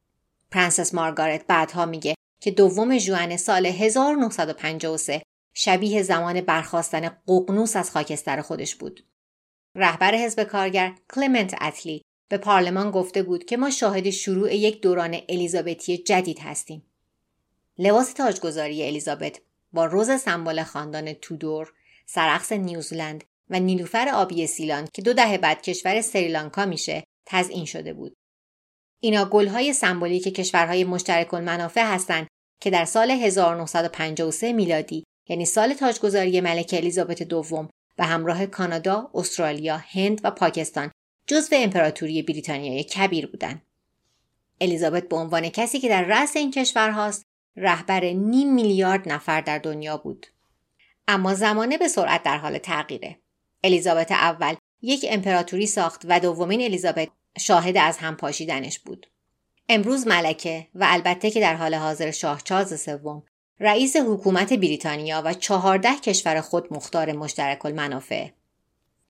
پرنسس مارگارت بعدها میگه که دوم ژوئن سال هزار و نهصد و پنجاه و سه شبیه زمان برخاستن ققنوس از خاکستر خودش بود. رهبر حزب کارگر کلمنت اتلی به پارلمان گفته بود که ما شاهد شروع یک دوران الیزابتی جدید هستیم. لباس تاجگذاری الیزابت با رز سمبل خاندان تودور، سرخس نیوزلند و نیلوفر آبی سیلان که دو دهه بعد کشور سریلانکا میشه تزیین شده بود. اینا گل‌های سمبولیک کشورهای مشترک المنافع هستند که در سال هزار و نهصد و پنجاه و سه میلادی، یعنی سال تاجگذاری ملکه الیزابت دوم، به همراه کانادا، استرالیا، هند و پاکستان جزو امپراتوری بریتانیای کبیر بودند. الیزابت به عنوان کسی که در رأس این کشورهاست، رهبر نیم میلیارد نفر در دنیا بود. اما زمانه به سرعت در حال تغییره. الیزابت اول یک امپراتوری ساخت و دومین الیزابت شاهد از هم پاشیدنش بود. امروز ملکه و البته که در حال حاضر شاه چارلز سوم رئیس حکومت بریتانیا و چهارده کشور خود مختار مشترک المنافع.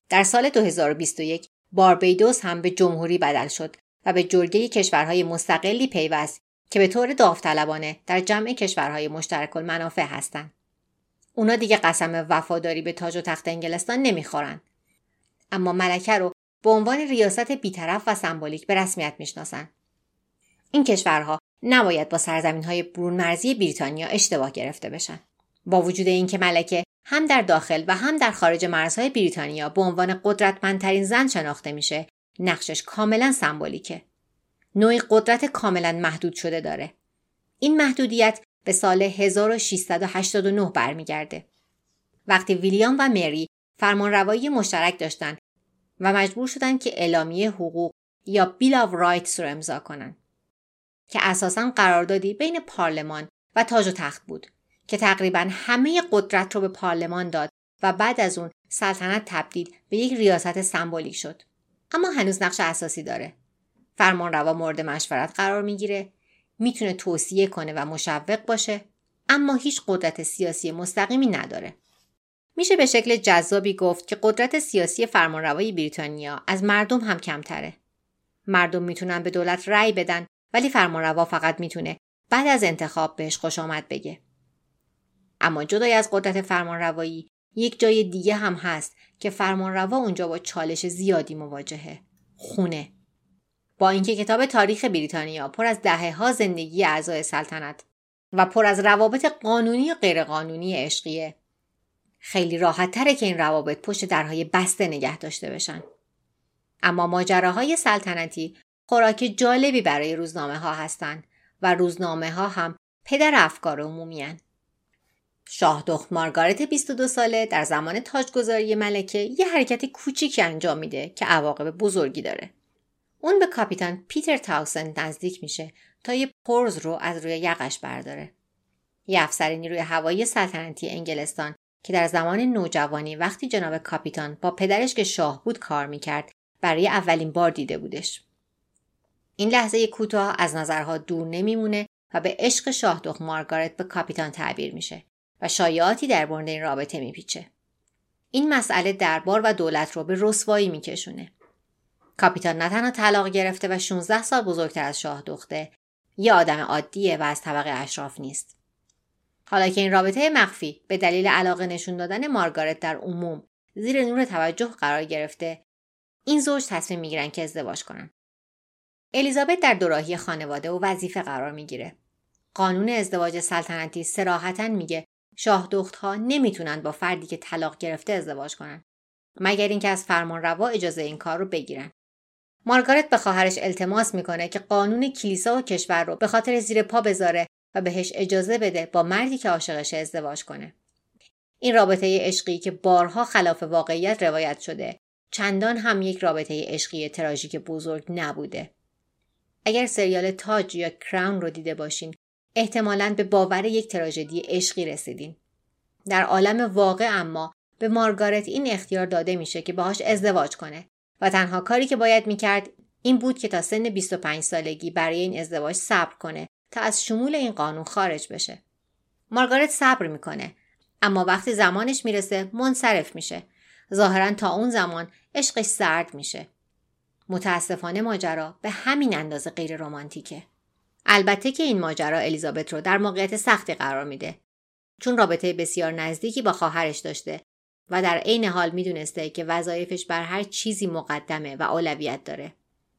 در سال دو هزار و بیست و یک باربیدوس هم به جمهوری بدل شد و به جرگه کشورهای مستقلی پیوست که به طور داوطلبانه در جمع کشورهای مشترک المنافع هستند. اونا دیگه قسم وفاداری به تاج و تخت انگلستان نمیخورن. اما ملکه رو به عنوان ریاست بی‌طرف و سمبولیک به رسمیت میشناسن. این کشورها نباید با سرزمین‌های برون مرزی بریتانیا اشتباه گرفته بشن. با وجود اینکه ملکه هم در داخل و هم در خارج مرزهای بریتانیا به عنوان قدرتمندترین زن شناخته میشه، نقشش کاملا سمبولیکه. نوعی قدرت کاملا محدود شده داره. این محدودیت به سال هزار و ششصد و هشتاد و نه برمیگرده. وقتی ویلیام و مری فرمانروایی مشترک داشتن و مجبور شدن که اعلامیه حقوق یا بیل آف رایتس رو امضا کنن که اساساً قراردادی بین پارلمان و تاج و تخت بود که تقریباً همه قدرت رو به پارلمان داد و بعد از اون سلطنت تبدیل به یک ریاست سمبولیک شد. اما هنوز نقش اساسی داره. فرمانروا مورد مشورت قرار میگیره، میتونه توصیه کنه و مشوق باشه، اما هیچ قدرت سیاسی مستقیمی نداره. میشه به شکل جذابی گفت که قدرت سیاسی فرمانروای بریتانیا از مردم هم کمتره. مردم میتونن به دولت رأی بدن، ولی فرمانروا فقط میتونه بعد از انتخاب بهش خوش آمد بگه. اما جدای از قدرت فرمانروایی، یک جای دیگه هم هست که فرمانروا اونجا با چالش زیادی مواجهه. خونه. با اینکه کتاب تاریخ بریتانیا پر از دهه‌ها زندگی اعضای سلطنت و پر از روابط قانونی و غیرقانونی عشقیه، خیلی راحت تره که این روابط پشت درهای بسته نگه داشته بشن. اما ماجراهای سلطنتی خوراک جالبی برای روزنامه ها هستن و روزنامه ها هم پدر افکار عمومی هن. شاه دخت مارگارت بیست و دو ساله در زمان تاجگذاری ملکه یه حرکت کوچیکی انجام میده که عواقب بزرگی داره. اون به کاپیتان پیتر تاوسند نزدیک میشه تا یه پرز رو از روی یقش برداره. یه افسر نیروی هوایی سلطنتی انگلستان که در زمان نوجوانی وقتی جناب کاپیتان با پدرش که شاه بود کار میکرد، برای اولین بار دیده بودش. این لحظه کوتاه از نظرها دور نمیمونه و به عشق شاه دخت مارگارت به کاپیتان تعبیر میشه و شایعاتی در مورد این رابطه میپیچه. این مسئله دربار و دولت رو به رسوایی میکشونه. کاپیتان نه تنها طلاق گرفته و شانزده سال بزرگتر از شاه دخته، یه آدم عادیه و از طبقه اشراف نیست. حالا که این رابطه مخفی به دلیل علاقه نشون دادن مارگارت در عموم زیر نور توجه قرار گرفته، این زوج تصمیم میگیرن که ازدواج کنن. الیزابت در دوراهی خانواده و وظیفه قرار میگیره. قانون ازدواج سلطنتی صراحتاً میگه شاه دخت‌ها نمیتونن با فردی که طلاق گرفته ازدواج کنن، مگر اینکه از فرمانروا اجازه این کار رو بگیرن. مارگارت به خواهرش التماس میکنه که قانون کلیسا و کشور رو به خاطر زیر پا بذاره و بهش اجازه بده با مردی که عاشقشه ازدواج کنه. این رابطه عشقی که بارها خلاف واقعیت روایت شده، چندان هم یک رابطه عشقی تراژیک بزرگ نبوده. اگر سریال تاج یا کراون رو دیده باشین، احتمالاً به باور یک تراژدی عشقی رسیدین. در عالم واقع اما به مارگارت این اختیار داده میشه که باهاش ازدواج کنه و تنها کاری که باید میکرد این بود که تا سن بیست و پنج سالگی برای این ازدواج صبر کنه تا از شمول این قانون خارج بشه. مارگارت صبر میکنه، اما وقتی زمانش میرسه منصرف میشه. ظاهراً تا اون زمان عشقش سرد میشه. متاسفانه ماجرا به همین اندازه غیر رمانتیکه. البته که این ماجرا الیزابت رو در موقعیت سختی قرار میده، چون رابطه بسیار نزدیکی با خواهرش داشته و در عین حال میدونسته که وظایفش بر هر چیزی مقدمه و اولویت داره.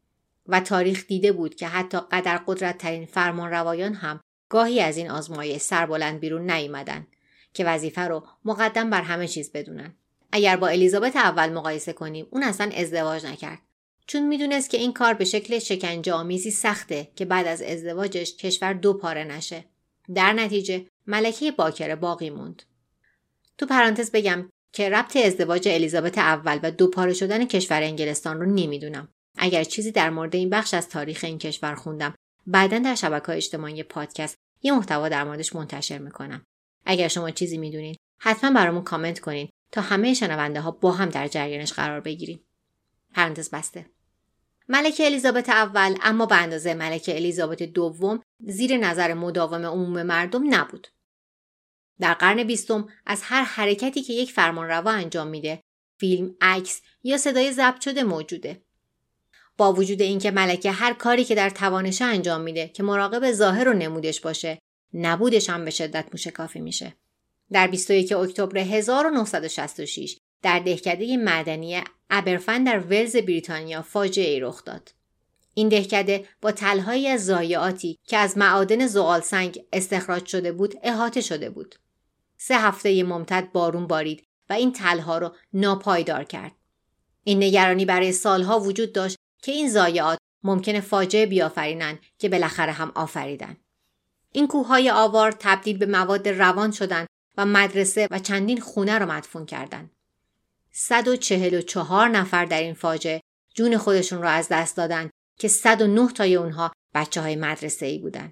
و تاریخ دیده بود که حتی قدر قدرت ترین فرمانروایان هم گاهی از این آزمایش سربلند بیرون نیامدن که وظیفه رو مقدم بر همه چیز بدونن. اگر با الیزابت اول مقایسه کنیم، اون اصلا ازدواج نکرد، چون میدونست که این کار به شکل شکنجه آمیزی سخته که بعد از ازدواجش کشور دو پاره نشه. در نتیجه ملکه باکره باقی موند. تو پرانتز بگم که ربط ازدواج الیزابت اول و دو پاره شدن کشور انگلستان رو نمیدونم. اگر چیزی در مورد این بخش از تاریخ این کشور خوندم، بعداً در شبکه‌های اجتماعی پادکست یه محتوا در موردش منتشر میکنم. اگر شما چیزی میدونین، حتما برامون کامنت کنین تا همه شنونده ها با هم در جریانش قرار بگیریم. پرانتز بسته. ملکه الیزابت اول اما به اندازه ملکه الیزابت دوم زیر نظر مداوم عموم مردم نبود. در قرن بیستم از هر حرکتی که یک فرمانروا انجام میده، فیلم، عکس یا صدای ضبط شده موجوده. با وجود اینکه ملکه هر کاری که در توانش انجام میده که مراقب ظاهر و نمودش باشه، نبودش هم به شدت موشکافی میشه. در بیست و یکم اکتبر هزار و نهصد و شصت و شش در دهکده معدنی ابرفن در ولز بریتانیا فاجعه‌ای رخ داد. این دهکده با تلهایی از ضایعاتی که از معادن زغالسنگ استخراج شده بود احاطه شده بود. سه هفته ممتد بارون بارید و این تلها رو ناپایدار کرد. این نگرانی برای سالها وجود داشت که این ضایعات ممکنه فاجعه بیافرینن که بالاخره هم آفریدن. این کوههای آوار تبدیل به مواد روان شدن و مدرسه و چندین خونه رو مدفون کردند. صد و چهل و چهار نفر در این فاجعه جون خودشون رو از دست دادن که صد و نه تای اونها بچه‌های مدرسه‌ای بودن.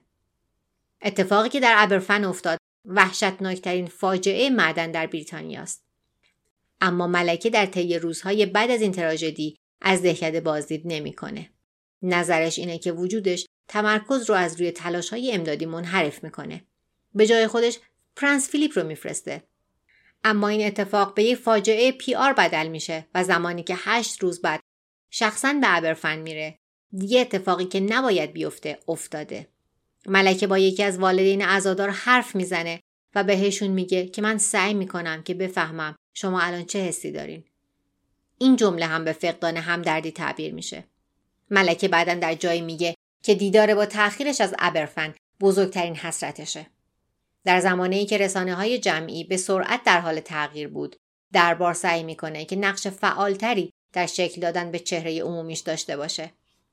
اتفاقی که در ابرفن افتاد وحشتناکترین فاجعه معدن در بریتانیا است. اما ملکه در طی روزهای بعد از این تراژدی از دهکده بازدید نمی‌کنه. نظرش اینه که وجودش تمرکز رو از روی تلاش‌های امدادی منحرف می‌کنه. به جای خودش پرنس فیلیپ رو میفرسته. اما این اتفاق به یک فاجعه پی آر بدل میشه و زمانی که هشت روز بعد شخصاً به ابرفن میره، دیگه اتفاقی که نباید بیفته افتاده. ملکه با یکی از والدین عزادار حرف میزنه و بهشون میگه که من سعی میکنم که بفهمم شما الان چه حسی دارین. این جمله هم به فقدان همدردی تعبیر میشه. ملکه بعداً در جایی میگه که دیدار با تأخیرش از ابرفن بزرگترین حسرتشه. در زمانه‌ای که رسانه‌های جمعی به سرعت در حال تغییر بود، دربار سعی میکنه که نقش فعالتری در شکل دادن به چهره عمومیش داشته باشه.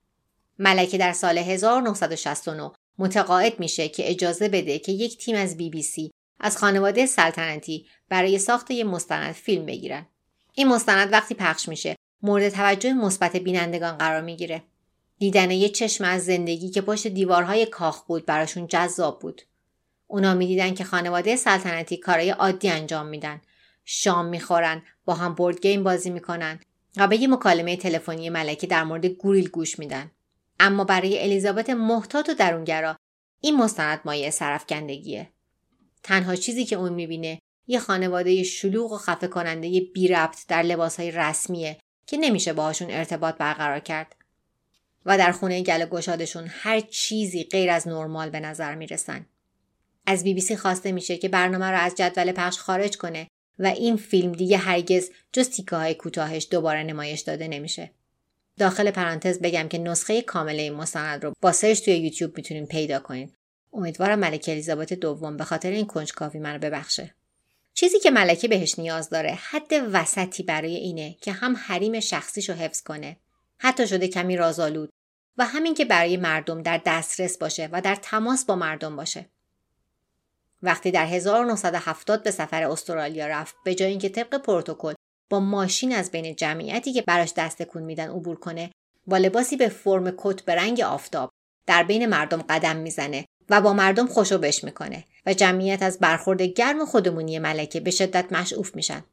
ملکه در سال هزار و نهصد و شصت و نه متقاعد میشه که اجازه بده که یک تیم از بی بی سی از خانواده سلطنتی برای ساخت یک مستند فیلم بگیرن. این مستند وقتی پخش میشه مورد توجه مثبت بینندگان قرار میگیره. دیدن یک چشم از زندگی که پشت دیوارهای کاخ بود براشون جذاب بود. اونا میدیدن که خانواده سلطنتی کارهای عادی انجام میدن. شام میخورن، با هم بورد گیم بازی میکنن و به یه مکالمه تلفنی ملکه در مورد گوریل گوش میدن. اما برای الیزابت محتاط و درونگرا این مستند مایه سرافکندگیه. تنها چیزی که اون میبینه یه خانواده شلوغ و خفه کننده بی ربط در لباسهای رسمیه که نمیشه باهاشون ارتباط برقرار کرد. و در خونه گل گشادشون هر چیزی غیر از نرمال به نظر میرسن. از بی بی سی خواسته میشه که برنامه رو از جدول پخش خارج کنه و این فیلم دیگه هرگز جز تیکه های کوتاهش دوباره نمایش داده نمیشه. داخل پرانتز بگم که نسخه کامل این مستند رو با سرچ توی یوتیوب میتونین پیدا کنین. امیدوارم ملکه الیزابت دوم به خاطر این کنجکاوی منو ببخشه. چیزی که ملکه بهش نیاز داره حد وسطی برای اینه که هم حریم شخصیشو حفظ کنه، حتی شده کمی رازآلود، و همین که برای مردم در دسترس باشه و در تماس با مردم باشه. وقتی در هزار و نهصد و هفتاد به سفر استرالیا رفت، به جای اینکه طبق پروتکل با ماشین از بین جمعیتی که براش دست تکون میدن عبور کنه، با لباسی به فرم کت به رنگ آفتاب در بین مردم قدم میزنه و با مردم خوشو بش میکنه و جمعیت از برخورد گرم خودمونی ملکه به شدت مشعوف میشن.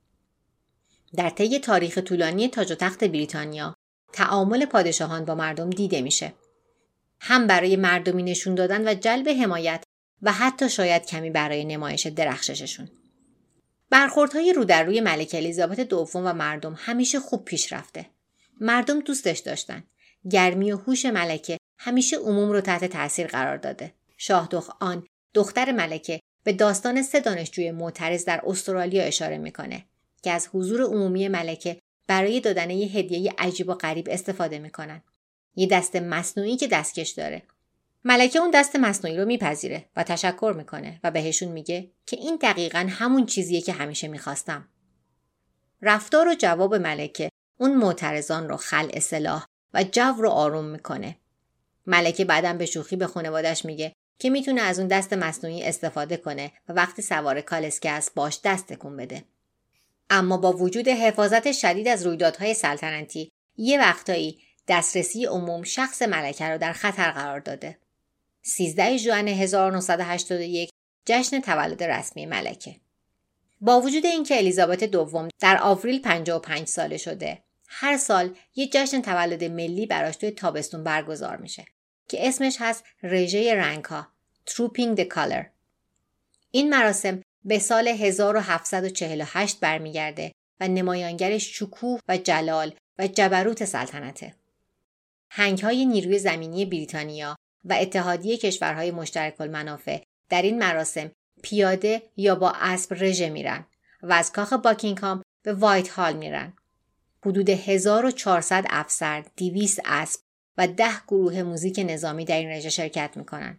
در طی تاریخ طولانی تاج و تخت بریتانیا تعامل پادشاهان با مردم دیده میشه. هم برای مردمی نشون دادن و جلب حمایت و حتی شاید کمی برای نمایش درخشششون. برخوردهای رو در روی ملکه الیزابت دوم و مردم همیشه خوب پیش رفته. مردم دوستش داشتن. گرمی و هوش ملکه همیشه عموم رو تحت تاثیر قرار داده. شاه دخان، دختر ملکه، به داستان سه دانشجوی معترض در استرالیا اشاره میکنه که از حضور عمومی ملکه برای دادن یه هدیه عجیب و غریب استفاده میکنن. یه دست مصنوعی که دستکش داره. ملکه اون دست مصنوعی رو میپذیره و تشکر میکنه و بهشون میگه که این دقیقاً همون چیزیه که همیشه میخواستم. رفتار و جواب ملکه اون معترضان رو خلع سلاح و جو رو آروم میکنه. ملکه بعداً به شوخی به خانواده‌اش میگه که میتونه از اون دست مصنوعی استفاده کنه و وقتی سوار کالسکه است باش دست تکون بده. اما با وجود حفاظت شدید از رویدادهای سلطنتی، یه وقتایی دسترسی عموم شخص ملکه رو در خطر قرار داده. سیزده ژوئن هزار و نهصد و هشتاد و یک جشن تولد رسمی ملکه. با وجود اینکه الیزابت دوم در آوریل پنجاه و پنج ساله شده، هر سال یه جشن تولد ملی براش توی تابستون برگزار میشه که اسمش هست رژه رنگ‌ها، Trooping the Color. این مراسم به سال هزار و هفتصد و چهل و هشت برمیگرده و نمایانگر شکوه و جلال و جبروت سلطنته. هنگ‌های نیروی زمینی بریتانیا و اتحادیه کشورهای مشترک المنافع در این مراسم پیاده یا با اسب رژه میرن و از کاخ باکینگهام به وایت هال میرن. حدود هزار و چهارصد افسر، دویست اسب و ده گروه موزیک نظامی در این رژه شرکت میکنن.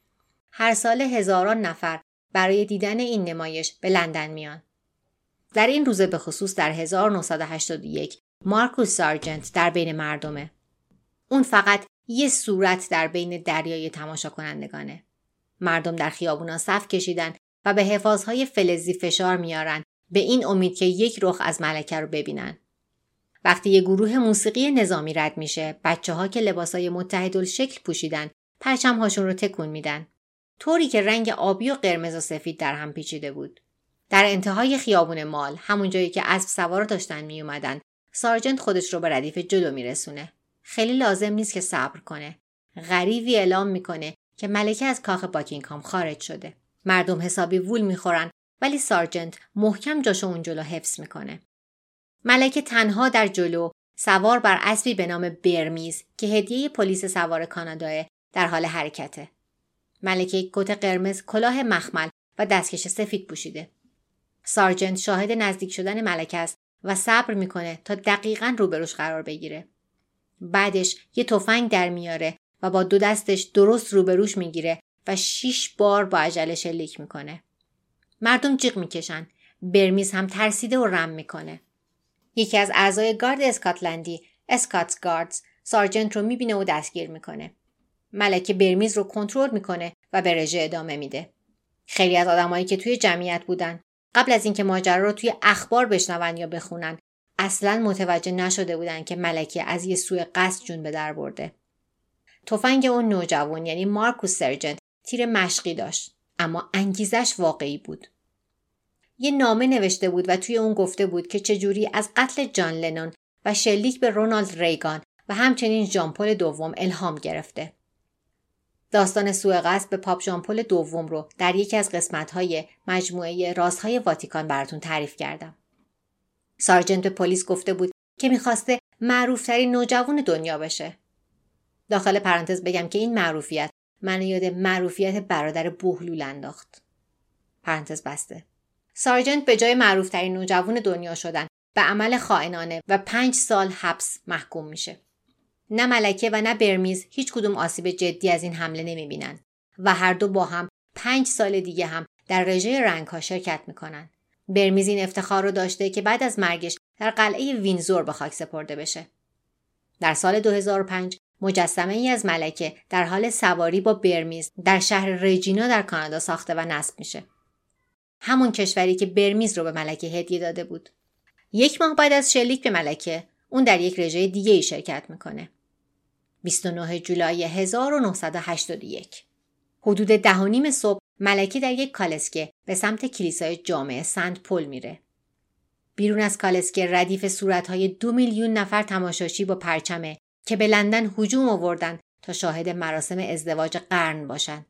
هر سال هزاران نفر برای دیدن این نمایش به لندن میان. در این روزه به خصوص در هزار و نهصد و هشتاد و یک مارکوس سارجنت در بین مردمه. اون فقط یه صورت در بین دریای تماشا کنندگانه. مردم در خیابونا صف کشیدن و به حفاظهای فلزی فشار میارن به این امید که یک رخ از ملکه رو ببینن. وقتی یه گروه موسیقی نظامی رد میشه، بچه‌ها که لباسای متحدالشکل پوشیدن، پرچم‌هاشون رو تکون میدن، طوری که رنگ آبی و قرمز و سفید در هم پیچیده بود. در انتهای خیابون مال، همون جایی که اسب سوار داشتن می اومدن، سارجنت خودش رو به ردیف جلو میرسونه. خیلی لازم نیست که صبر کنه. غریبی اعلام میکنه که ملکه از کاخ باکینگهام خارج شده. مردم حسابی وول میخورن، ولی سارجنت محکم جاشو اون جلو حفظ میکنه. ملکه تنها در جلو، سوار بر اسبی به نام برمیز که هدیه پلیس سوار کاناداه، در حال حرکته. ملکه یک کت قرمز، کلاه مخمل و دستکش سفید پوشیده. سارجنت شاهد نزدیک شدن ملکه است و صبر میکنه تا دقیقاً روبروش قرار بگیره. بعدش یه تفنگ در میاره و با دو دستش درست روبروش میگیره و شیش بار با عجله شلیک میکنه. مردم جیغ میکشن. برمیز هم ترسیده و رم میکنه. یکی از اعضای گارد اسکاتلندی، اسکاتس گاردز، سارجنت رو میبینه و دستگیر میکنه. ملکه برمیز رو کنترل میکنه و به رژه ادامه میده. خیلی از آدمایی که توی جمعیت بودن، قبل از اینکه ماجرا رو توی اخبار بشنون یا بخونن، اصلاً متوجه نشده بودن که ملکه از یه سوء قصد جون به در برده. تفنگ اون نوجوان یعنی مارکوس سارجنت تیر مشقی داشت، اما انگیزش واقعی بود. یه نامه نوشته بود و توی اون گفته بود که چجوری از قتل جان لنون و شلیک به رونالد ریگان و همچنین ژان پل دوم الهام گرفته. داستان سوء قصد به پاپ ژان پل دوم رو در یکی از قسمت‌های مجموعه رازهای واتیکان براتون تعریف کردم. سارجنت به پلیس گفته بود که می‌خواسته معروف‌ترین نوجوان دنیا بشه. داخل پرانتز بگم که این معروفیت من یاد معروفیت برادر بوهلول انداخت. پرانتز بسته. سارجنت به جای معروف‌ترین نوجوان دنیا شدن به عمل خائنانه و پنج سال حبس محکوم میشه. نه ملکه و نه برمیز هیچ کدوم آسیب جدی از این حمله نمیبینن و هر دو با هم پنج سال دیگه هم در رژه رنگ‌ها شرکت میکنن. برمیز این افتخار رو داشته که بعد از مرگش در قلعه وینزور به خاک سپرده بشه. در سال دو هزار و پنج مجسمه ای از ملکه در حال سواری با برمیز در شهر رجینا در کانادا ساخته و نصب میشه. همون کشوری که برمیز رو به ملکه هدیه داده بود. یک ماه بعد از شلیک به ملکه، اون در یک رژه دیگه ای شرکت میکنه. بیست و نه جولای هزار و نهصد و هشتاد و یک. حدود ده و نیم صبح ملکه در یک کالسکه به سمت کلیسای جامع سنت پل میره. بیرون از کالسکه ردیف صورتهای دو میلیون نفر تماشاچی با پرچمه که به لندن هجوم آوردن تا شاهد مراسم ازدواج قرن باشن.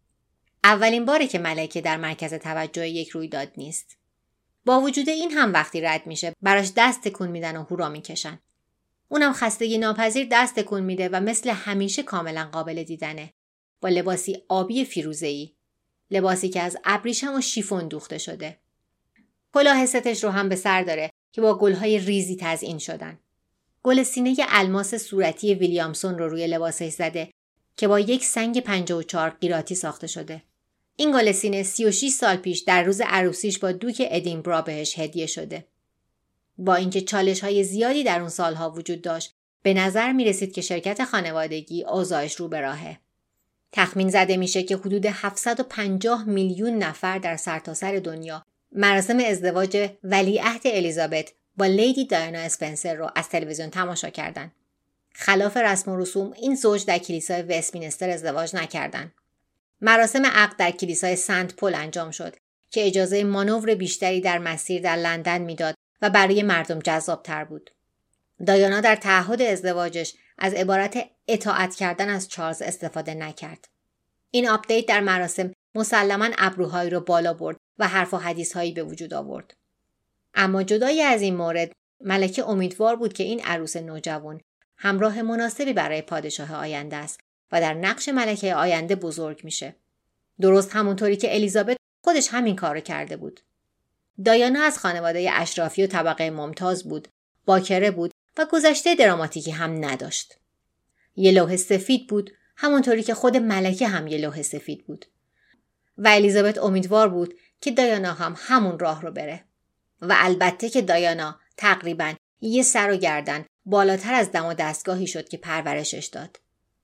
اولین باره که ملکه در مرکز توجه یک رویداد نیست. با وجود این هم وقتی رد میشه براش دست تکون میدن و هورا میکشن. اونم خستگی ناپذیر دست تکون میده و مثل همیشه کاملا قابل دیدنه. با لباسی آبی فیروزه‌ای. لباسی که از ابریشم و شیفون دوخته شده. کلاه ستش رو هم به سر داره که با گلهای ریزی تزیین شدن. گل سینه الماس صورتی ویلیامسون رو روی لباسش زده که با یک سنگ پنجاه و چهار قیراطی ساخته شده. این گل سینه سی و شش سال پیش در روز عروسیش با دوک ادینبرا بهش هدیه شده. با اینکه چالش‌های زیادی در اون سالها وجود داشت، به نظر می رسید که شرکت خانوادگی اوضاعش رو به راهه. تخمین زده میشه که حدود هفتصد و پنجاه میلیون نفر در سرتاسر دنیا مراسم ازدواج ولیعهد الیزابت با لیدی دایانا اسپنسر رو از تلویزیون تماشا کردند. خلاف رسم و رسوم این زوج در کلیسای وستمینستر ازدواج نکردند. مراسم عقد در کلیسای سنت پل انجام شد که اجازه مانور بیشتری در مسیر در لندن میداد و برای مردم جذاب‌تر بود. دایانا در تعهد ازدواجش از عبارت اطاعت کردن از چارلز استفاده نکرد. این آپدیت در مراسم مسلماً ابروهایی رو بالا برد و حرف و حدیث‌هایی به وجود آورد. اما جدای از این مورد، ملکه امیدوار بود که این عروس نوجوان همراه مناسبی برای پادشاه آینده است و در نقش ملکه آینده بزرگ میشه. درست همونطوری که الیزابت خودش همین کارو کرده بود. دایانا از خانواده اشرافی و طبقه ممتاز بود، باکره بود و گذشته دراماتیکی هم نداشت. یه لوح سفید بود، همونطوری که خود ملکه هم یه لوح سفید بود. و الیزابت امیدوار بود که دایانا هم همون راه رو بره. و البته که دایانا تقریباً یه سر و گردن بالاتر از دم و دستگاهی شد که پرورشش داد.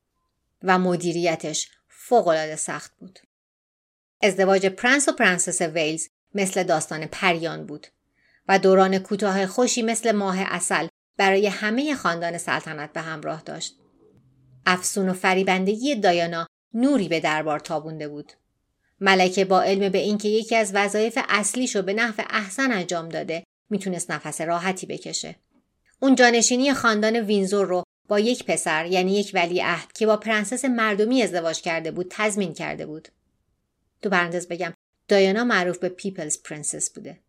و مدیریتش فوق‌العاده سخت بود. ازدواج پرنس و پرنسس ویلز مثل داستان پریان بود و دوران کوتاه خوشی مثل ماه عسل برای همه خاندان سلطنت به همراه داشت. افسون و فریبندگی دایانا نوری به دربار تابونده بود. ملکه با علم به اینکه یکی از وظایف اصلیشو به نحو احسن انجام داده، میتونست نفس راحتی بکشه. اون جانشینی خاندان وینزور رو با یک پسر، یعنی یک ولیعهد که با پرنسس مردمی ازدواج کرده بود، تضمین کرده بود. تو پرانتز بگم دایانا معروف به پیپلز پرنسس بوده.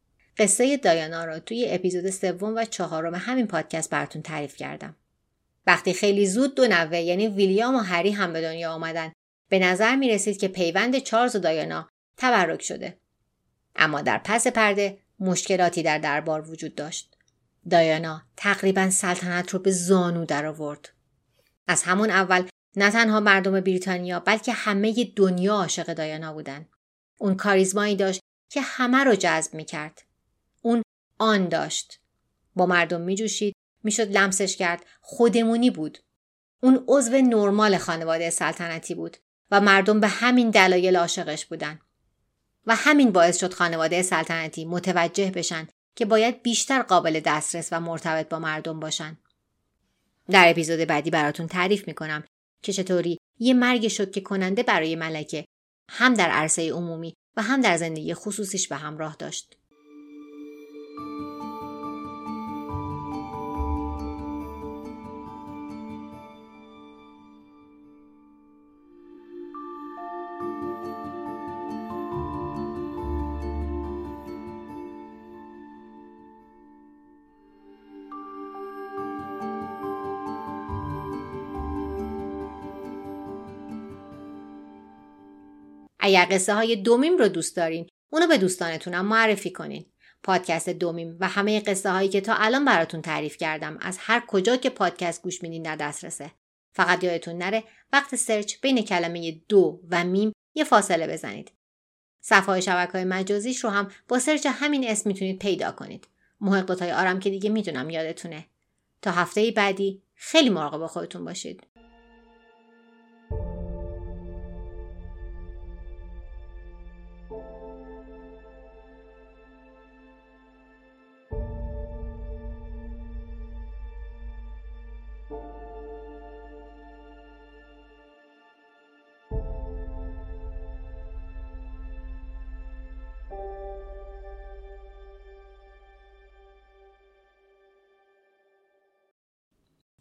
قصه دایانا رو توی اپیزود سوم و چهارم همین پادکست براتون تعریف کردم. وقتی خیلی زود دو نوه یعنی ویلیام و هری هم به دنیا آمدن، به نظر می رسید که پیوند چارلز و دایانا تبرک شده. اما در پس پرده مشکلاتی در دربار وجود داشت. دایانا تقریباً سلطنت رو به زانو در آورد. از همون اول نه تنها مردم بریتانیا بلکه همه دنیا عاشق دایانا بودن. اون کاریزمایی داشت که همه رو جذب می کرد. اون آن داشت. با مردم می جوشید، می شد لمسش کرد، خودمونی بود. اون عضو نرمال خانواده سلطنتی بود و مردم به همین دلایل عاشقش بودن. و همین باعث شد خانواده سلطنتی متوجه بشن که باید بیشتر قابل دسترس و مرتبط با مردم باشن. در اپیزود بعدی براتون تعریف میکنم که چطوری یه مرگ شوکه کننده برای ملکه هم در عرصه عمومی و هم در زندگی خصوصیش به همراه داشت. اگر قصه های دومیم رو دوست دارین، اونو به دوستانتونم معرفی کنین. پادکست دومیم و همه قصه هایی که تا الان براتون تعریف کردم از هر کجا که پادکست گوش میدین در دسترسه. فقط یادتون نره وقت سرچ بین کلمه دو و میم یه فاصله بزنید. صفحه های شبکه‌های مجازیش رو هم با سرچ همین اسم میتونید پیدا کنید. محق دوتای آرم که دیگه میدونم یادتونه. تا هفته بعدی خیلی مراقب خودتون باشید.